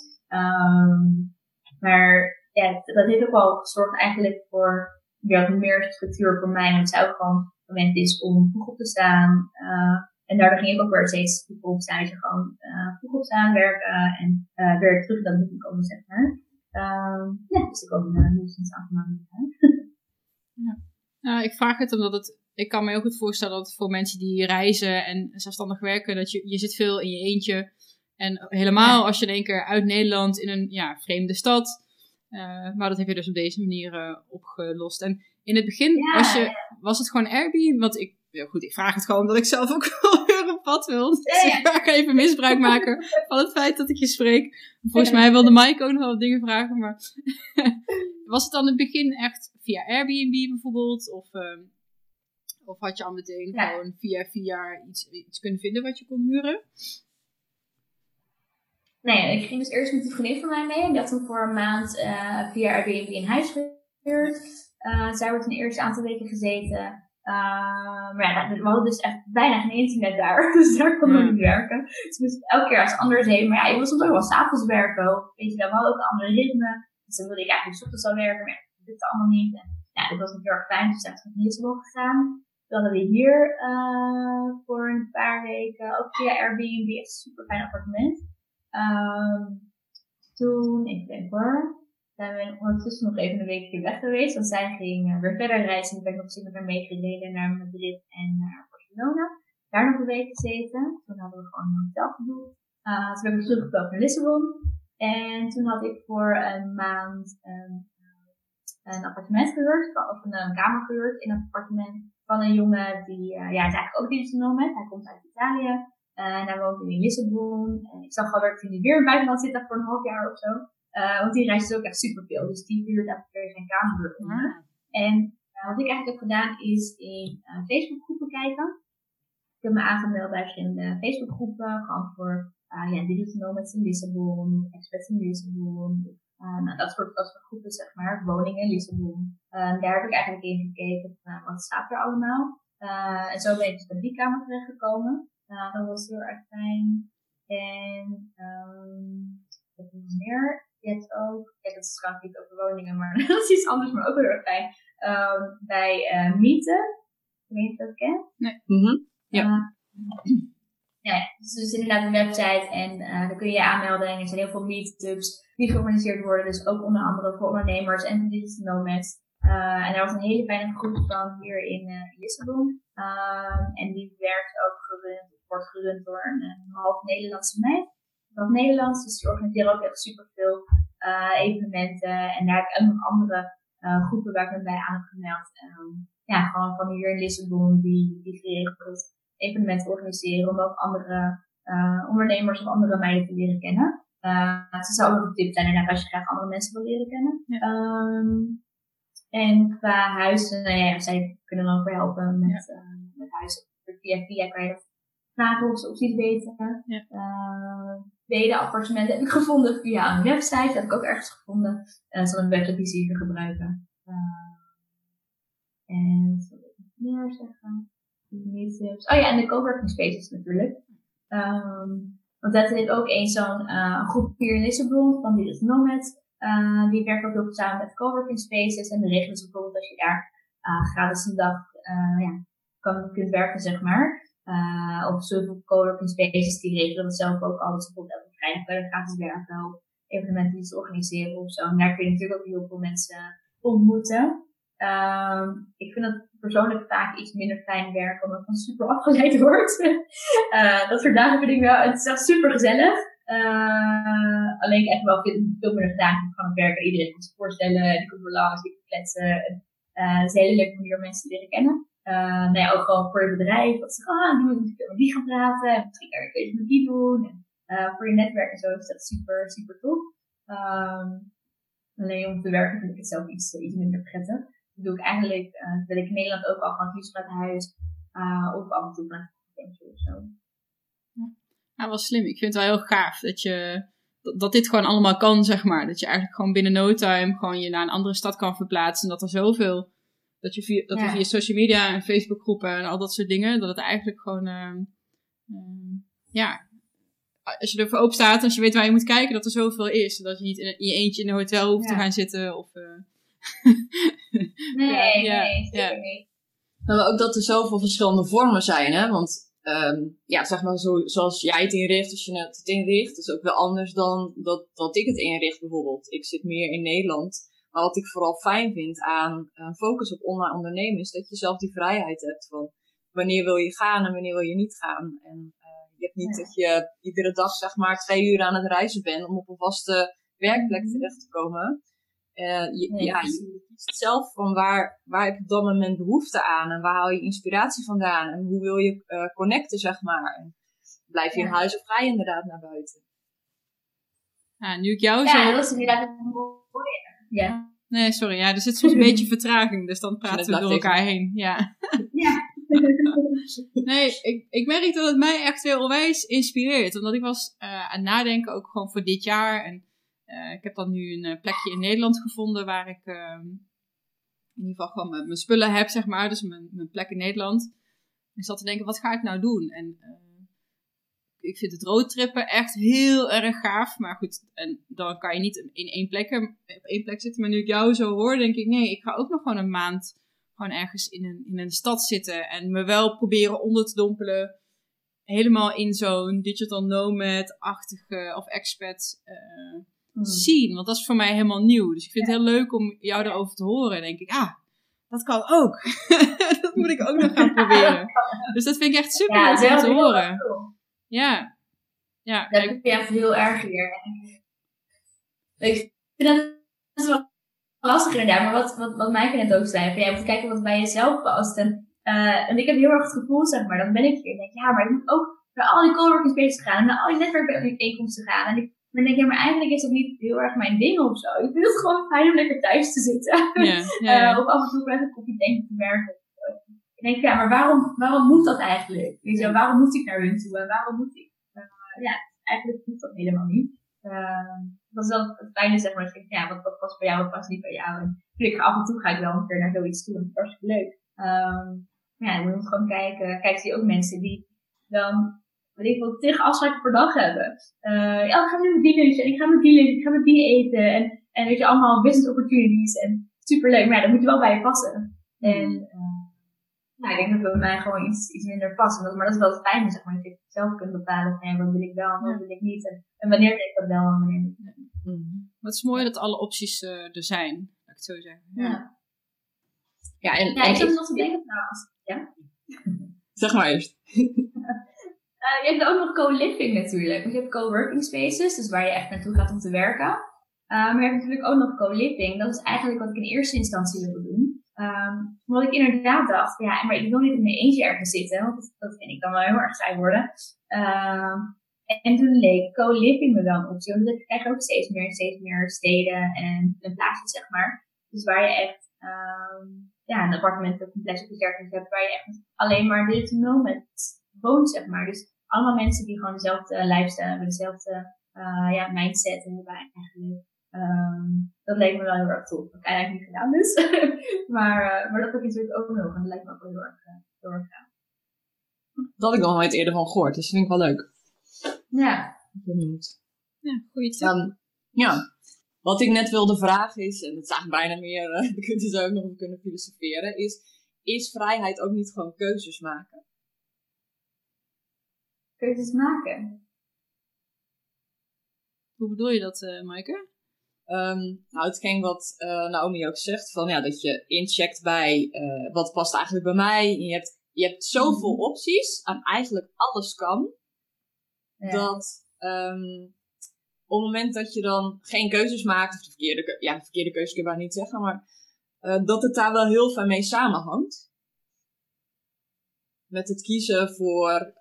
B: Maar dat heeft ook wel gezorgd eigenlijk voor meer structuur voor mij. Want het ook gewoon het moment is om vroeg op te staan. En daardoor ging ik ook weer steeds vroeg opstaan. Dus je gewoon vroeg opstaan, werken en weer terug dan moet ik komen, zeg maar. Dus ik kom nu sinds 8 maanden uit.
D: Ik vraag het omdat ik kan me heel goed voorstellen dat voor mensen die reizen en zelfstandig werken, dat je zit veel in je eentje. En helemaal als je in één keer uit Nederland in een vreemde stad. Maar dat heb je dus op deze manier opgelost. En in het begin was het gewoon Airbnb. Want ik vraag het gewoon omdat ik zelf ook wel weer op pad wil. Dus ik ga even misbruik maken van het feit dat ik je spreek. Volgens mij wilde Mike ook nog wel wat dingen vragen. Maar was het dan in het begin echt via Airbnb bijvoorbeeld? Of had je al meteen gewoon via iets kunnen vinden wat je kon huren?
B: Nee, ik ging dus eerst met een vriendin van mij mee. Die had toen voor een maand via Airbnb in huis gehuurd. Zij wordt in de eerste aantal weken gezeten. Maar we hadden dus echt bijna geen internet daar. Dus daar kon we niet werken. Dus we moesten elke keer ergens anders heen. Maar je wil soms ook wel 's avonds werken. Of, weet je, we hadden ook een ander ritme. Dus dan wilde ik eigenlijk 's ochtends al werken. Maar dat lukte allemaal niet. En dat was niet heel erg fijn. Dus we zijn terug naar Lissabon gegaan. Toen hadden we hier voor een paar weken ook via Airbnb een super fijn appartement. Toen, ik denk zijn we ondertussen nog even een weekje weg geweest. Want zij ging weer verder reizen. Toen ben ik nog steeds met haar meegereden naar Madrid en naar Barcelona. Daar nog een week gezeten. Toen hadden we gewoon een hotel geboekt. Toen ben ik teruggekomen naar Lissabon. En toen had ik voor een maand een appartement gehuurd. Of een kamer gehuurd in een appartement van een jongen die, is eigenlijk ook digital nomad. Hij komt uit Italië. En hij woont in Lissabon. En ik zag al dat hij weer in het buitenland zit voor een half jaar of zo. Want die reist dus ook echt superveel. Dus die huurt elke keer zijn kamer onder. En wat ik eigenlijk heb gedaan is in Facebookgroepen kijken. Ik heb me aangemeld bij verschillende Facebookgroepen. Gewoon voor digital nomads in Lissabon. Expats in Lissabon. Dat soort groepen, zeg maar. Woningen in Lissabon. Daar heb ik eigenlijk in gekeken. Wat staat er allemaal? En zo ben ik dus bij die kamer terechtgekomen. Dat was heel erg fijn. En wat nog meer? Je hebt ook, dat is trouwens niet over woningen, maar dat is iets anders, maar ook heel erg fijn. Bij Meeten. Ik weet niet of je dat kent.
D: Nee.
B: Dus inderdaad een website en daar kun je je aanmelden. En er zijn heel veel meetups die georganiseerd worden. Dus ook onder andere voor ondernemers en voor digital nomads. En daar was een hele fijne groep van hier in Lissabon. En die wordt gerund door een half Nederlandse meid. Half Nederlands, dus die organiseren ook echt superveel evenementen. En daar heb ik ook nog andere groepen waar ik me bij aan heb gemeld. Gewoon van hier in Lissabon die geregeld evenementen organiseren. Om ook andere ondernemers of andere meiden te leren kennen. Het zou ook nog een tip zijn inderdaad als je graag andere mensen wil leren kennen.
D: Ja.
B: En qua huizen, zij kunnen dan ook weer helpen met huizen. Via kan je dat vragen of ze opties weten.
D: Ja.
B: Appartementen heb ik gevonden via een website. Dat heb ik ook ergens gevonden. Dat is dan een website die ze hier gebruiken. En wat wil ik nog meer zeggen? En de coworking spaces natuurlijk. Want dat is ook zo'n groep hier in Lissabon van Digital Nomads. Die werken ook heel goed samen met coworking spaces. En de regel is bijvoorbeeld dat je daar gratis een dag kunt werken, zeg maar. Op zoveel coworking spaces die regelen dat zelf ook altijd. Bijvoorbeeld elke vrijdag kan je gratis werken. Of evenementen die ze organiseren of zo. En daar kun je natuurlijk ook heel veel mensen ontmoeten. Ik vind dat persoonlijk vaak iets minder fijn werken, omdat ik dan super afgeleid word. Dat soort dagen vind ik wel, het is echt super gezellig. Alleen echt wel veel minder gedaan van het werken. Iedereen kan zich voorstellen, die komt er langs, die kan kletsen. Het is een hele leuke manier om mensen te leren kennen. Ook gewoon voor je bedrijf. Dat ze zeggen, nu moet ik met die gaan praten. En misschien kan ik even met die doen. En voor je netwerk en zo is dat super, super tof. Alleen om te werken vind ik het zelf iets minder prettig. Dat doe ik eigenlijk, dat ik in Nederland ook al gewoon het liefst vanuit huis. Of af en toe vanuit het of zo.
D: Ja, wel slim. Ik vind het wel heel gaaf dat dit gewoon allemaal kan, zeg maar. Dat je eigenlijk gewoon binnen no time gewoon je naar een andere stad kan verplaatsen. En dat er zoveel, dat we via social media en Facebookgroepen en al dat soort dingen, dat het eigenlijk gewoon, als je ervoor open staat, als je weet waar je moet kijken, dat er zoveel is. Dat je niet in je eentje in een hotel hoeft te gaan zitten of...
B: Nee, zeker niet.
C: Maar ook dat er zoveel verschillende vormen zijn, hè? Want zeg maar zoals jij het inricht, als je het inricht, is ook wel anders dan dat ik het inricht bijvoorbeeld. Ik zit meer in Nederland. Maar wat ik vooral fijn vind aan focus op online ondernemen, is dat je zelf die vrijheid hebt van wanneer wil je gaan en wanneer wil je niet gaan. En je hebt niet dat je iedere dag zeg maar 2 uur aan het reizen bent om op een vaste werkplek terecht te komen. Je kiest zelf van waar heb je op dat moment behoefte aan en waar haal je inspiratie vandaan en hoe wil je connecten, zeg maar. En blijf je in huis of ga je inderdaad naar buiten?
D: Ja, nu ik jou zo...
B: Ja, dat is inderdaad een mooie. Ja.
D: Nee, sorry. Ja, er zit soms een beetje vertraging, dus dan praten we door elkaar heen. Ja. Nee, ik merk dat het mij echt weer onwijs inspireert. Omdat ik was aan het nadenken ook gewoon voor dit jaar. En ik heb dan nu een plekje in Nederland gevonden waar ik in ieder geval gewoon mijn spullen heb, zeg maar. Dus mijn plek in Nederland. Ik zat te denken, wat ga ik nou doen? En ik vind het roadtrippen echt heel erg gaaf. Maar goed, en dan kan je niet op één plek zitten. Maar nu ik jou zo hoor, denk ik, nee, ik ga ook nog gewoon een maand gewoon ergens in een stad zitten. En me wel proberen onder te dompelen. Helemaal in zo'n digital nomad-achtige of expat scene. Want dat is voor mij helemaal nieuw. Dus ik vind het heel leuk om jou erover te horen. En denk ik, dat kan ook. Dat moet ik ook nog gaan proberen. Dus dat vind ik echt super leuk om te horen. Ja.
B: Dat heb je echt heel erg hier. Ik vind dat wel lastig inderdaad. Maar wat Maaike net ook zei. Jij moet kijken wat bij jezelf past. En ik heb heel erg het gevoel, zeg maar. Dan ben ik hier en denk maar je moet ook naar al die coworking spaces gaan. En naar al die netwerkbijeenkomsten gaan. En ik denk, maar eigenlijk is dat niet heel erg mijn ding of zo. Ik vind het gewoon fijn om lekker thuis te zitten. Of af en toe met een kopje thee te werken. Ik denk, maar waarom moet dat eigenlijk? Weet je, waarom moet ik naar hun toe? En waarom moet ik? Eigenlijk moet dat helemaal niet. Dat is wel het fijne, zeg maar. Ik denk, wat past bij jou, wat past niet bij jou. En af en toe ga ik wel een keer naar zoiets toe. En dat is hartstikke leuk. Je moet gewoon kijken. Kijk, zie je ook mensen die dan, weet ik wel, 10 afspraken per dag hebben. Ik ga nu met die lunchen. En ik ga met die lunchen. Ik ga met die eten. En weet je, allemaal business opportunities. En superleuk. Maar dat moet je wel bij je passen. En ik denk dat het bij mij gewoon iets minder past. Maar dat is wel het fijne, zeg maar. Dat je zelf kunt bepalen van, wat wil ik wel en wat wil ik niet. En wanneer denk ik dat wel en wanneer niet.
D: Maar het is mooi dat alle opties er zijn, laat ik het zo zeggen.
B: En ik zat nog te denken trouwens. Ja?
C: Zeg maar eerst.
B: Je hebt ook nog co-living natuurlijk. Je hebt co-working spaces, dus waar je echt naartoe gaat om te werken. Maar je hebt natuurlijk ook nog co-living. Dat is eigenlijk wat ik in eerste instantie wilde doen. Omdat ik inderdaad dacht, maar ik wil niet in mijn eentje ergens zitten. Want dat vind ik dan wel heel erg saai worden. En toen leek co-living me wel een optie. Want ik krijg ook steeds meer steden en plaatsjes, zeg maar. Dus waar je echt een appartementencomplex of iets dergelijks hebt. Waar je echt alleen maar dit moment woont, zeg maar. Dus allemaal mensen die gewoon dezelfde lifestyle hebben. Dezelfde mindset hebben eigenlijk. Dat leek me wel heel erg tof. Dat heb ik eigenlijk niet gedaan dus. maar dat heb ik natuurlijk ook nog. En dat lijkt me ook wel heel erg gaaf.
C: Dat had ik nog nooit eerder van gehoord. Dus dat vind ik wel leuk.
B: Ja.
C: Benieuwd.
D: Ja, goeie tip.
C: Wat ik net wilde vragen is, en het is eigenlijk bijna meer, daar kun je zo ook nog over kunnen filosoferen, is vrijheid ook niet gewoon keuzes maken?
B: Keuzes maken?
D: Hoe bedoel je dat, Maaike?
C: Hetgeen wat Naomi ook zegt, van dat je incheckt bij wat past eigenlijk bij mij. Je hebt zoveel opties en eigenlijk alles kan. Ja. Dat op het moment dat je dan geen keuzes maakt, of de verkeerde keuze kun je maar niet zeggen, maar dat het daar wel heel veel mee samenhangt. Met het kiezen voor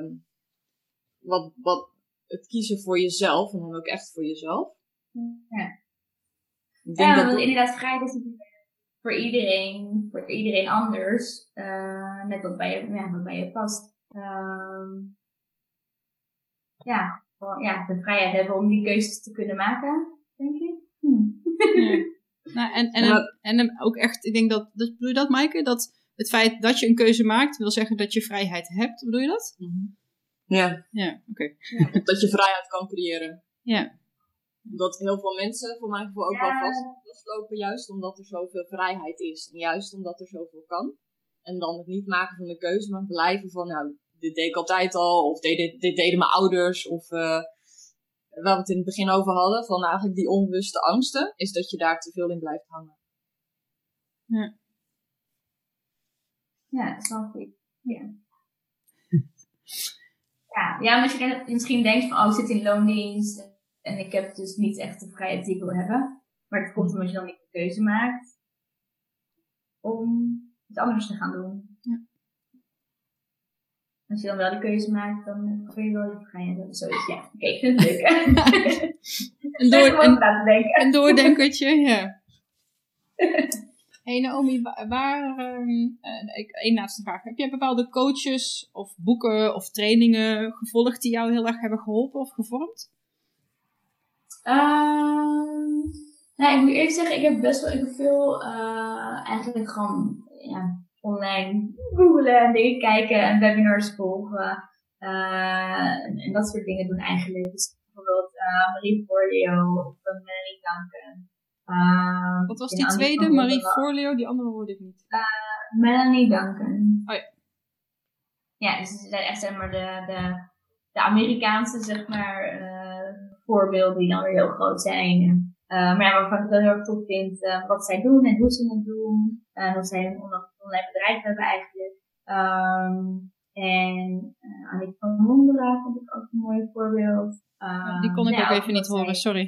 C: het kiezen voor jezelf, en dan ook echt voor jezelf.
B: Ja. Ik denk dat inderdaad vrijheid is voor iedereen anders. Net wat bij je past. De vrijheid hebben om die keuzes te kunnen maken, denk ik.
D: Ja. Nou, en ook echt, ik denk dat bedoel je dat, Maaike? Dat het feit dat je een keuze maakt, wil zeggen dat je vrijheid hebt. Bedoel je dat?
C: Mm-hmm. Ja.
D: Ja, oké.
C: Ja. Dat je vrijheid kan creëren.
D: Ja.
C: Dat heel veel mensen voor mijn gevoel ook wel vastlopen, juist omdat er zoveel vrijheid is. En juist omdat er zoveel kan. En dan het niet maken van de keuze, maar blijven van, dit deed ik altijd al. Of dit deden mijn ouders. Of waar we het in het begin over hadden, van eigenlijk die onbewuste angsten, is dat je daar te veel in blijft hangen.
D: Ja.
B: Ja, dat is wel een goeie. Ja, maar als je misschien denkt van, ik zit in loondienst en ik heb dus niet echt de vrijheid die ik wil hebben. Maar het komt omdat je dan niet de keuze maakt om iets anders te gaan doen.
D: Ja.
B: Als je dan wel de keuze maakt, dan kun je wel je vrijheid hebben. Zoiets, ik vind het leuk.
D: Een doordenkertje, ja. Hey Naomi, één laatste vraag. Heb jij bepaalde coaches of boeken of trainingen gevolgd die jou heel erg hebben geholpen of gevormd?
B: Ik moet eerlijk zeggen, ik heb best wel veel eigenlijk gewoon online googlen en dingen kijken en webinars volgen. En dat soort dingen doen eigenlijk. Dus bijvoorbeeld Marie Forleo of Melanie Duncan.
D: Wat was die tweede? Marie Forleo? Die andere hoorde ik niet.
B: Melanie Duncan.
D: Oh ja.
B: Ja, dus ze zijn echt zeg maar de Amerikaanse zeg maar voorbeelden die dan weer heel groot zijn. Maar waarvan ik wel heel erg tof vind wat zij doen en hoe ze het doen. Dat zij een online bedrijf hebben eigenlijk. En Annick van Wondera vond ik ook een mooi voorbeeld.
D: Die kon ik ook even niet horen, sorry.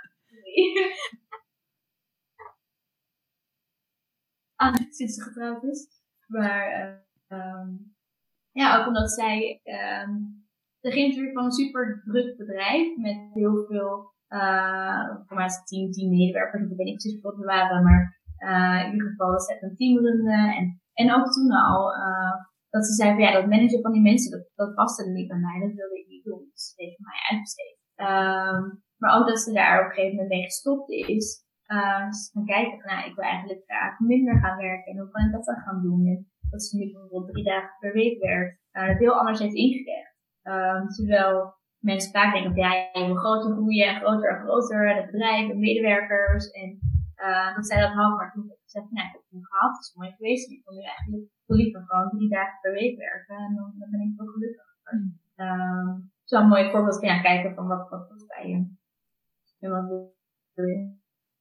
B: Sinds ze getrouwd is. Maar ook omdat zij ze ging natuurlijk van een super druk bedrijf met heel veel voor mij is het 10 medewerkers, ik weet niet precies hoeveel er waren, maar in ieder geval dat ze een team runden en ook toen al dat ze zei van dat managen van die mensen, dat paste er niet bij mij, dat wilde ik niet doen, dus dat heeft voor mij uitbesteed. Maar ook dat ze daar op een gegeven moment mee gestopt is. Dus gaan kijken van, ik wil eigenlijk graag minder gaan werken en hoe kan ik dat dan gaan doen? En dat ze nu bijvoorbeeld 3 dagen per week werkt, dat heel anders heeft ingericht. Terwijl mensen vaak denken van, je wil groter groeien en groter en het bedrijf en medewerkers en dat zij dat had, maar toen heb ik gezegd, ik heb het nu gehad, het is mooi geweest en ik wil nu eigenlijk veel liever gewoon 3 dagen per week werken en dan ben ik wel gelukkig. Zo'n mooi voorbeeld van kijken van wat past bij je en wat wil je.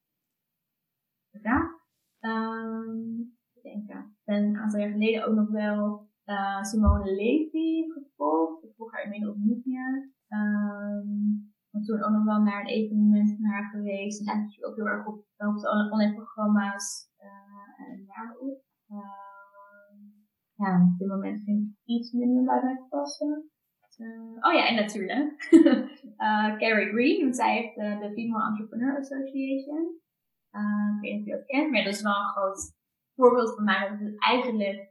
B: Ja. Ik denk, ik ben een aantal jaar geleden ook nog wel Simone Levy gevolgd. Ik volg haar inmiddels niet meer. Maar toen ook nog wel naar een evenement van haar geweest. En daar heb je ook heel erg op de online programma's en daarop. Op dit moment vind ik iets minder bij mij passen. Oh ja, en natuurlijk Carrie Green, want zij heeft de Female Entrepreneur Association. Ik weet niet of je dat kent, maar dat is wel een groot voorbeeld van mij. Dat het eigenlijk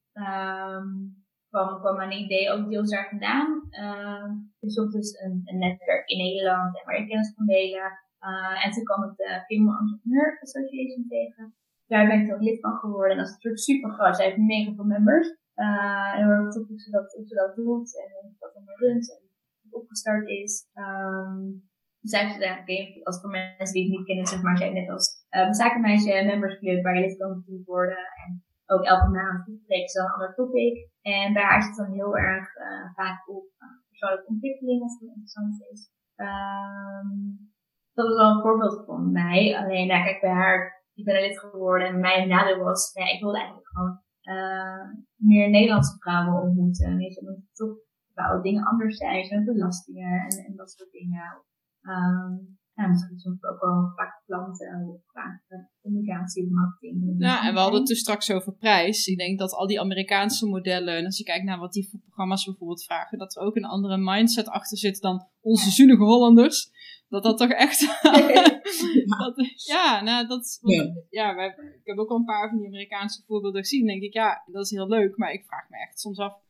B: kwam mijn idee ook deels daar vandaan. Je zocht dus een netwerk in Nederland en waar je kennis kon delen. En toen kwam ik de Female Entrepreneur Association tegen. Daar ben ik ook lid van geworden. En dat is natuurlijk super groot. Zij heeft mega veel members. En heel erg tof hoe ze dat doet. En hoe dat dan runt. En hoe het opgestart is. Dus zij heeft eigenlijk, als voor mensen die het niet kennen, zeg maar, zij net als Zakenmeisje Membersclub, waar je lid kan worden. En ook elke maand bespreken ze dan een ander topic. En bij haar zit dan heel erg vaak op persoonlijke ontwikkeling, wat heel interessant is. Dat was wel een voorbeeld van mij. Alleen, kijk, bij haar, ik ben er lid geworden en mijn nadeel was, ik wilde eigenlijk gewoon meer Nederlandse vrouwen ontmoeten. Weet je, omdat het toch bepaalde dingen anders zijn, zoals belastingen en dat soort dingen. Misschien soms ook wel vaak klanten of vaak communicatie of marketing.
D: Ja, en we hadden het dus straks over prijs. Ik denk dat al die Amerikaanse modellen, en als je kijkt naar wat die voor programma's bijvoorbeeld vragen, dat er ook een andere mindset achter zit dan onze zunige Hollanders. Dat toch echt... Ik heb ook al een paar van die Amerikaanse voorbeelden gezien. Dan denk ik, ja, dat is heel leuk. Maar ik vraag me echt soms af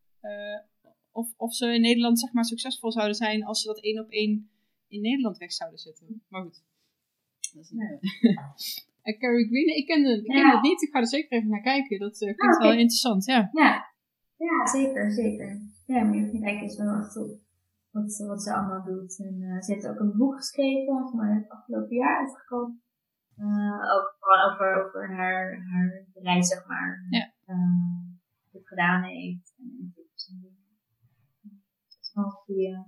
D: of ze in Nederland, zeg maar, succesvol zouden zijn als ze dat 1 op 1 in Nederland weg zouden zetten. Maar goed. Dat is Carrie Green, ik ken het niet. Ik ga er zeker even naar kijken. Dat klinkt wel interessant, ja.
B: Ja, zeker. Ja, maar je kijken is wel echt op wat ze allemaal doet. En ze heeft ook een boek geschreven, maar het afgelopen jaar uitgekomen. Ook gewoon over haar reis, zeg maar.
D: Ja.
B: Wat het gedaan heeft. En tips en dingen. Dat is wel een goede.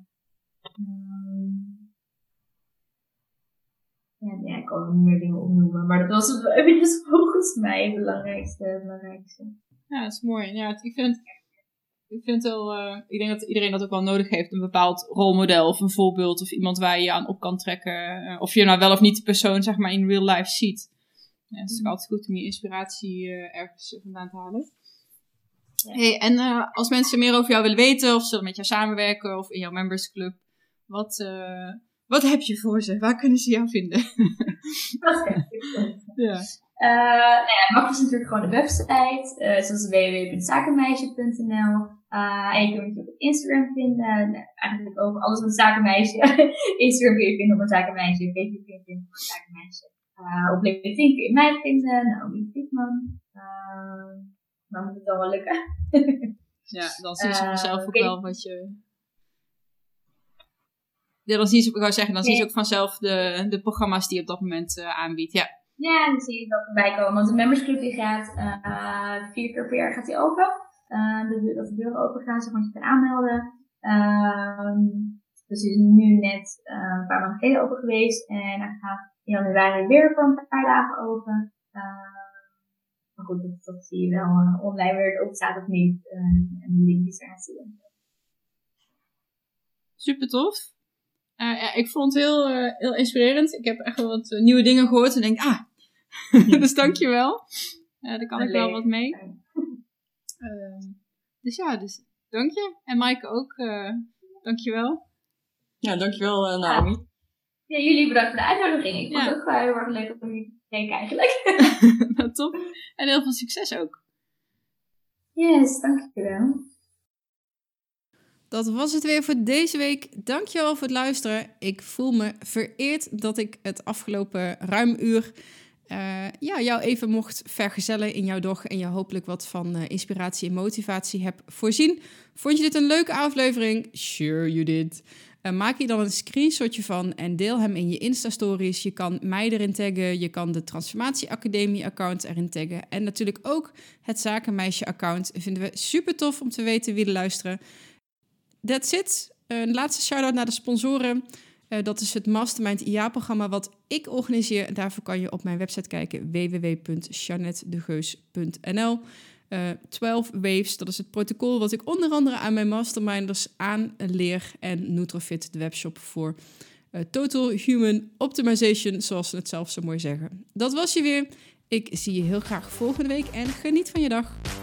B: Ik kan nog meer dingen opnoemen, maar dat was het wel eventjes volgens mij het belangrijkste.
D: Ja, dat is mooi. Ja, ik denk dat iedereen dat ook wel nodig heeft, een bepaald rolmodel of een voorbeeld of iemand waar je je aan op kan trekken. Of je nou wel of niet die persoon, zeg maar, in real life ziet. Ja, het is ook altijd goed om je inspiratie ergens vandaan te halen. Ja. Hey, en als mensen meer over jou willen weten, of ze met jou samenwerken of in jouw membersclub, wat heb je voor ze? Waar kunnen ze jou vinden?
B: Wat heb ik voor ze? Makkelijk is natuurlijk gewoon de website, zoals www.zakenmeisje.nl. En je kunt me op Instagram vinden. Eigenlijk ook alles met Zakenmeisje. Instagram kun je vinden op mijn Zakenmeisje. Facebook kun je vinden op mijn Zakenmeisje. Op LinkedIn kun je mij vinden. Naomi Friedman. Maar moet het dan wel lukken.
D: Ja, dan zien ze vanzelf ook wel wat je... Ja, dan zien ze ook vanzelf de programma's die je op dat moment aanbiedt. Ja.
B: Ja, dan zie je dat erbij komen. Want de membersclub die gaat 4 keer per jaar gaat die open. Dat de deuren open gaan, zodat je kan aanmelden. Dus die is nu net een paar maanden geleden open geweest. En dan gaat in januari weer voor een paar dagen open. Maar goed, dat zie je wel online weer het open staat of niet. En de link is er naartoe.
D: Super tof. Ik vond het heel inspirerend. Ik heb echt wel wat nieuwe dingen gehoord en denk, dus dankjewel. Daar kan ik wel wat mee. Dus dank je. En Maaike ook, dankjewel.
C: Ja, dankjewel Naomi.
B: Ja, jullie bedankt voor de uitnodiging. Ik vond het ook heel erg leuk om jullie te kijken eigenlijk.
D: Nou, top. En heel veel succes ook.
B: Yes, dankjewel.
A: Dat was het weer voor deze week. Dankjewel voor het luisteren. Ik voel me vereerd dat ik het afgelopen ruim uur jou even mocht vergezellen in jouw dag en je hopelijk wat van inspiratie en motivatie heb voorzien. Vond je dit een leuke aflevering? Sure you did. Maak hier dan een screenshotje van en deel hem in je Insta-stories. Je kan mij erin taggen, je kan de Transformatie Academie-account erin taggen. En natuurlijk ook het Zakenmeisje-account. Vinden we super tof om te weten wie er luisteren. That's it. Een laatste shout-out naar de sponsoren. Dat is het Mastermind IA-programma wat ik organiseer. Daarvoor kan je op mijn website kijken, www.jeanettedegeus.nl. 12 Waves, dat is het protocol wat ik onder andere aan mijn masterminders aanleer. En Nutrofit, de webshop voor Total Human Optimization, zoals ze het zelf zo mooi zeggen. Dat was je weer. Ik zie je heel graag volgende week en geniet van je dag.